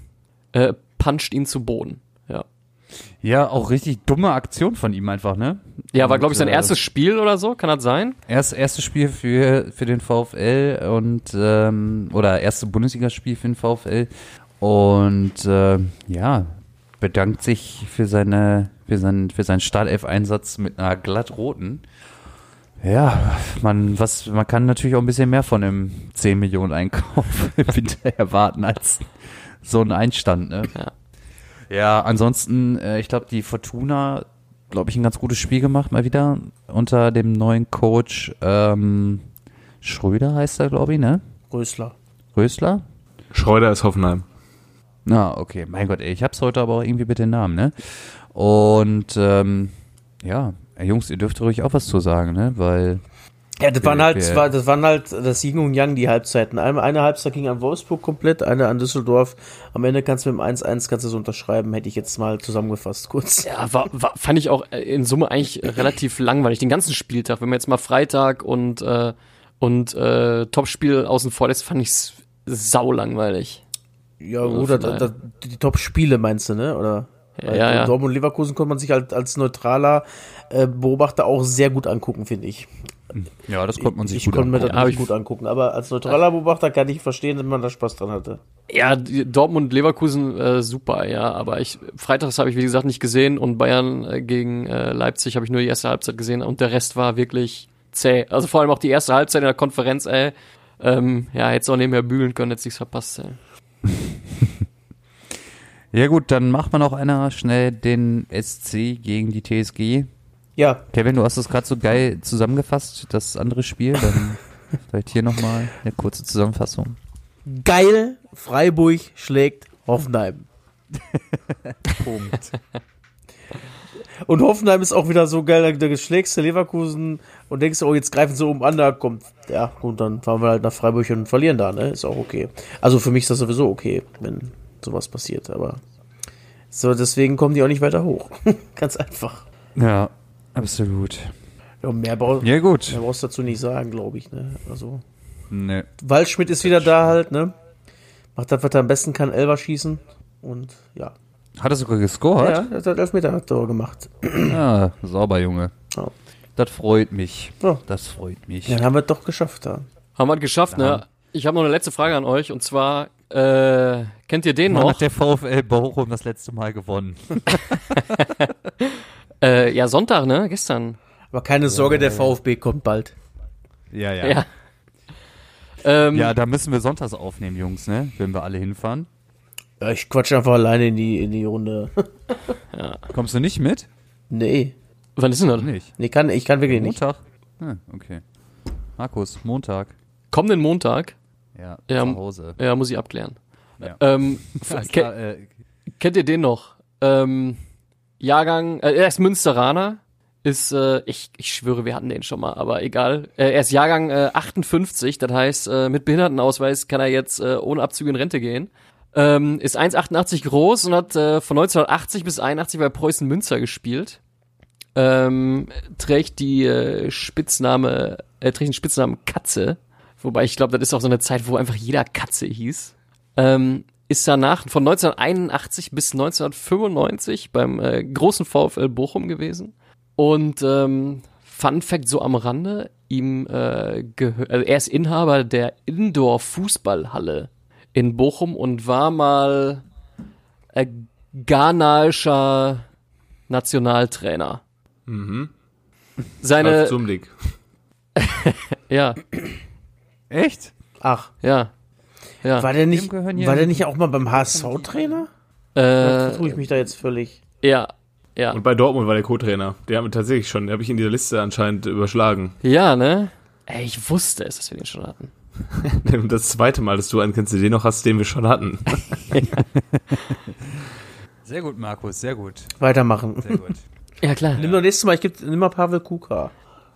puncht ihn zu Boden. Ja. Ja, auch richtig dumme Aktion von ihm einfach, ne? Ja, war, glaube ich, sein erstes Spiel oder so, kann das sein? Erstes Spiel für den VfL und oder erste Bundesligaspiel für den VfL und ja, bedankt sich für seinen Startelf-Einsatz mit einer glattroten. Ja, man kann natürlich auch ein bisschen mehr von einem 10 Millionen Einkauf im Winter erwarten als so ein Einstand, ne? Ja. Ja, ansonsten, ich glaube, die Fortuna, glaube ich, ein ganz gutes Spiel gemacht, mal wieder, unter dem neuen Coach, Schröder heißt er, glaube ich, ne? Rösler? Schreuder ist Hoffenheim. Na, okay, mein Gott, ey, ich hab's heute aber auch irgendwie mit den Namen, ne? Und, ja, Jungs, ihr dürft ruhig auch was zu sagen, ne? Weil... Ja, das waren halt das Yin und Yang, die Halbzeiten. Eine Halbzeit ging an Wolfsburg komplett, eine an Düsseldorf. Am Ende kannst du mit dem 1-1 kannst du so unterschreiben, hätte ich jetzt mal zusammengefasst kurz. Ja, fand ich auch in Summe eigentlich relativ langweilig. Den ganzen Spieltag, wenn man jetzt mal Freitag und Topspiel außen vor lässt, fand ich's sau langweilig. Ja, oder die Top-Spiele meinst du, ne? Oder? Ja. Dortmund und Leverkusen konnte man sich halt als neutraler Beobachter auch sehr gut angucken, finde ich. Ja, das konnte man sich Ich gut konnte mir angucken. das nicht gut angucken, aber als neutraler Beobachter kann ich verstehen, dass man da Spaß dran hatte. Ja, Dortmund, Leverkusen, super, ja, aber freitags habe ich, wie gesagt, nicht gesehen und Bayern gegen Leipzig habe ich nur die erste Halbzeit gesehen und der Rest war wirklich zäh. Also vor allem auch die erste Halbzeit in der Konferenz, ja, hätt's auch nebenher bügeln können, hätt's nichts verpasst, ey. Ja gut, dann macht man auch einer schnell den SC gegen die TSG. Ja, Kevin, du hast es gerade so geil zusammengefasst, das andere Spiel, dann vielleicht hier nochmal eine kurze Zusammenfassung. geil, Freiburg schlägt Hoffenheim. Punkt. Und Hoffenheim ist auch wieder so geil, da schlägst du Leverkusen und denkst, oh, jetzt greifen sie oben an, da kommt, ja, gut, dann fahren wir halt nach Freiburg und verlieren da, ne, ist auch okay. Also für mich ist das sowieso okay, wenn sowas passiert, aber so, deswegen kommen die auch nicht weiter hoch. Ganz einfach. Ja, absolut. Ja, mehr brauchst du dazu nicht sagen, glaube ich, ne, also. Ne. Waldschmidt ist wieder da halt, ne, macht das, was er am besten kann, Elfer schießen und, ja. Hat er sogar gescored? Ja, das hat Elfmeter hat er gemacht. Ah, sauber, Junge. Ja. Das freut mich. Ja. Das freut mich. Dann haben wir es doch geschafft da. Haben wir es geschafft, ne? Ich habe noch eine letzte Frage an euch und zwar, kennt ihr den Wann noch? hat der VfL Bochum das letzte Mal gewonnen? Ja, Sonntag, ne? Gestern. Aber keine Sorge, der VfB kommt bald. Ja. Ja. Ja, da müssen wir sonntags aufnehmen, Jungs, ne? Wenn wir alle hinfahren. Ja, ich quatsche einfach alleine in die Runde. Kommst du nicht mit? Nee. Wann ist denn das? Nicht. Nee, ich kann wirklich nicht. Montag? Okay. Markus, Montag. Kommenden Montag? Ja, Ja, zu Hause. Ja, muss ich abklären. Ja. Kennt ihr den noch? Jahrgang, er ist Münsteraner, ist, ich schwöre, wir hatten den schon mal, aber egal. Er ist Jahrgang 58, das heißt, mit Behindertenausweis kann er jetzt ohne Abzüge in Rente gehen. Ist 1,88 groß und hat von 1980 bis 81 bei Preußen Münster gespielt. Trägt den Spitznamen Katze. Wobei ich glaube, das ist auch so eine Zeit, wo einfach jeder Katze hieß. Ist danach von 1981 bis 1995 beim großen VfL Bochum gewesen. Und Fun Fact so am Rande, er ist Inhaber der Indoor-Fußballhalle in Bochum und war mal ghanaischer Nationaltrainer. Mhm. Seine, Zumlik. ja, Echt? Ach. ja. War der nicht gehören ja auch mal beim HSV-Trainer? Tue ich mich da jetzt völlig. Ja. Und bei Dortmund war der Co-Trainer. Der haben wir tatsächlich schon, der habe ich in dieser Liste anscheinend überschlagen. Ja, ne? Ey, ich wusste es, dass wir den schon hatten. Das zweite Mal, dass du einen kennst, den noch hast, den wir schon hatten. Sehr gut, Markus, sehr gut. Weitermachen. Sehr gut. Ja, klar. Nimm doch nächstes Mal, nimm mal Pavel Kuka.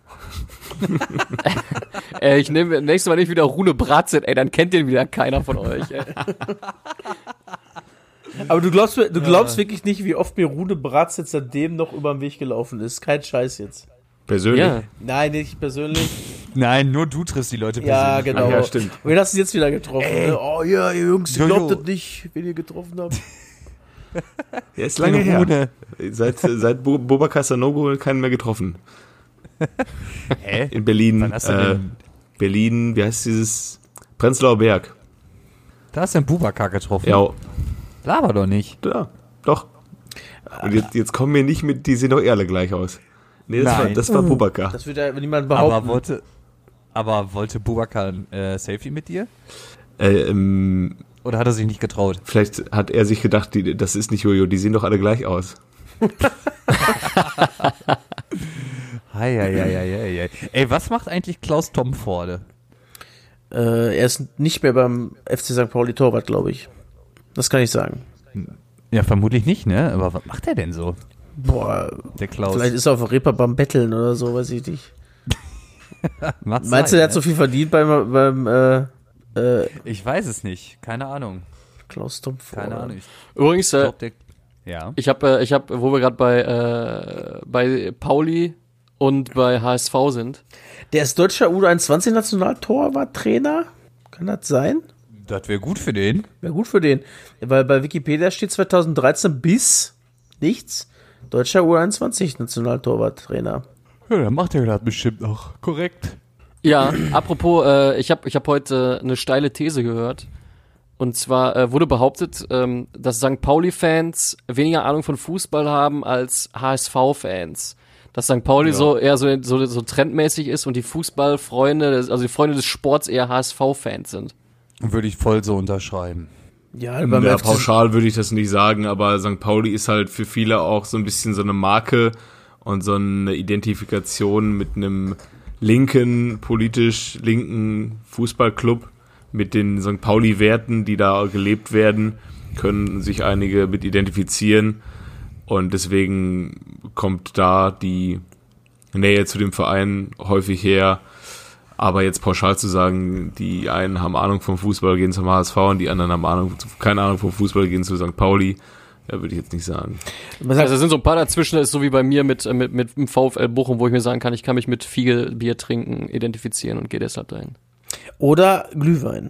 Ich nehme nächstes Mal nicht wieder Rune Bratzett, ey, dann kennt den wieder keiner von euch, ey. Aber du glaubst wirklich nicht, wie oft mir Rune Bratzett seitdem noch über den Weg gelaufen ist. Kein Scheiß jetzt. Persönlich? Ja. Nein, nicht persönlich. Nein, nur du triffst die Leute Ja, persönlich. genau. Ach ja, stimmt. Und wen hast du jetzt wieder getroffen? Ne? Oh ja, ihr Jungs, ihr Jojo. glaubt das nicht, wen ihr getroffen habt. Ja, ist lange her. Rune. Seit Boubacar Sanogo keinen mehr getroffen. Hä? In Berlin. Wann hast du denn? Berlin, wie heißt dieses? Prenzlauer Berg. Da hast du den Bubakar getroffen. Ja, Laber doch nicht. ja, doch. Und jetzt kommen wir nicht mit, die sehen doch alle gleich aus. Nee, das war Boubacar. Das wird ja niemand behaupten. Aber wollte Bubakar ein Selfie mit dir? Vielleicht Oder hat er sich nicht getraut? hat er sich gedacht, das ist nicht Jojo, die sehen doch alle gleich aus. Hei. Ey, was macht eigentlich Klaus Tomforde? Er ist nicht mehr beim FC St. Pauli Torwart, glaube ich. Das kann ich sagen. Ja, vermutlich nicht, ne? Aber was macht er denn so, Boah, der Klaus? vielleicht ist er auf der Reeperbahn betteln oder so, weiß ich nicht. Macht's Meinst du, sein, der hat so viel verdient beim Ich weiß es nicht. Keine Ahnung. Klaus Tumpf? Keine Ahnung. Übrigens, Ich glaub, ja. ich hab, wo wir gerade bei Pauli und bei HSV sind. Der ist deutscher U21-Nationaltorwarttrainer? Kann das sein? Das wäre gut für den. Wäre gut für den. Weil bei Wikipedia steht 2013 bis nichts. Deutscher U21-Nationaltorwarttrainer. Ja, dann macht er das bestimmt noch. Korrekt. Ja, apropos, ich hab heute eine steile These gehört. Und zwar wurde behauptet, dass St. Pauli-Fans weniger Ahnung von Fußball haben als HSV-Fans. Dass St. Pauli so eher so trendmäßig ist und die Fußballfreunde, also die Freunde des Sports eher HSV-Fans sind. Würde ich voll so unterschreiben. Ja, beim Ja, FC pauschal würde ich das nicht sagen, aber St. Pauli ist halt für viele auch so ein bisschen so eine Marke und so eine Identifikation mit einem politisch linken Fußballclub mit den St. Pauli-Werten, die da gelebt werden, können sich einige mit identifizieren und deswegen kommt da die Nähe zu dem Verein häufig her. Aber jetzt pauschal zu sagen, die einen haben Ahnung vom Fußball, gehen zum HSV und die anderen haben keine Ahnung vom Fußball, gehen zu St. Pauli, ja, würde ich jetzt nicht sagen. Also es sind so ein paar dazwischen, das ist so wie bei mir mit dem VfL Bochum, wo ich mir sagen kann, ich kann mich mit Bier trinken identifizieren und gehe deshalb dahin. Oder Glühwein.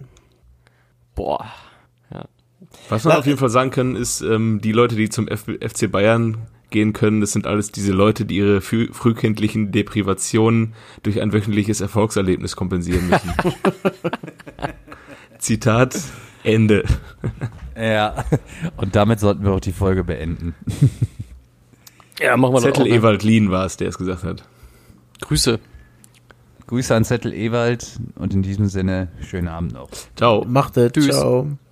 Boah. Ja. Was man auf jeden Fall sagen können, ist, die Leute, die zum FC Bayern gehen können, das sind alles diese Leute, die ihre frühkindlichen Deprivationen durch ein wöchentliches Erfolgserlebnis kompensieren müssen. Zitat, Ende. Ja. Und damit sollten wir auch die Folge beenden. Ja, machen wir Zettel doch auch, ne? Ewald Lien war es, der es gesagt hat. Grüße. Grüße an Zettel Ewald und in diesem Sinne, schönen Abend noch. Ciao. Macht es. Tschüss. Ciao.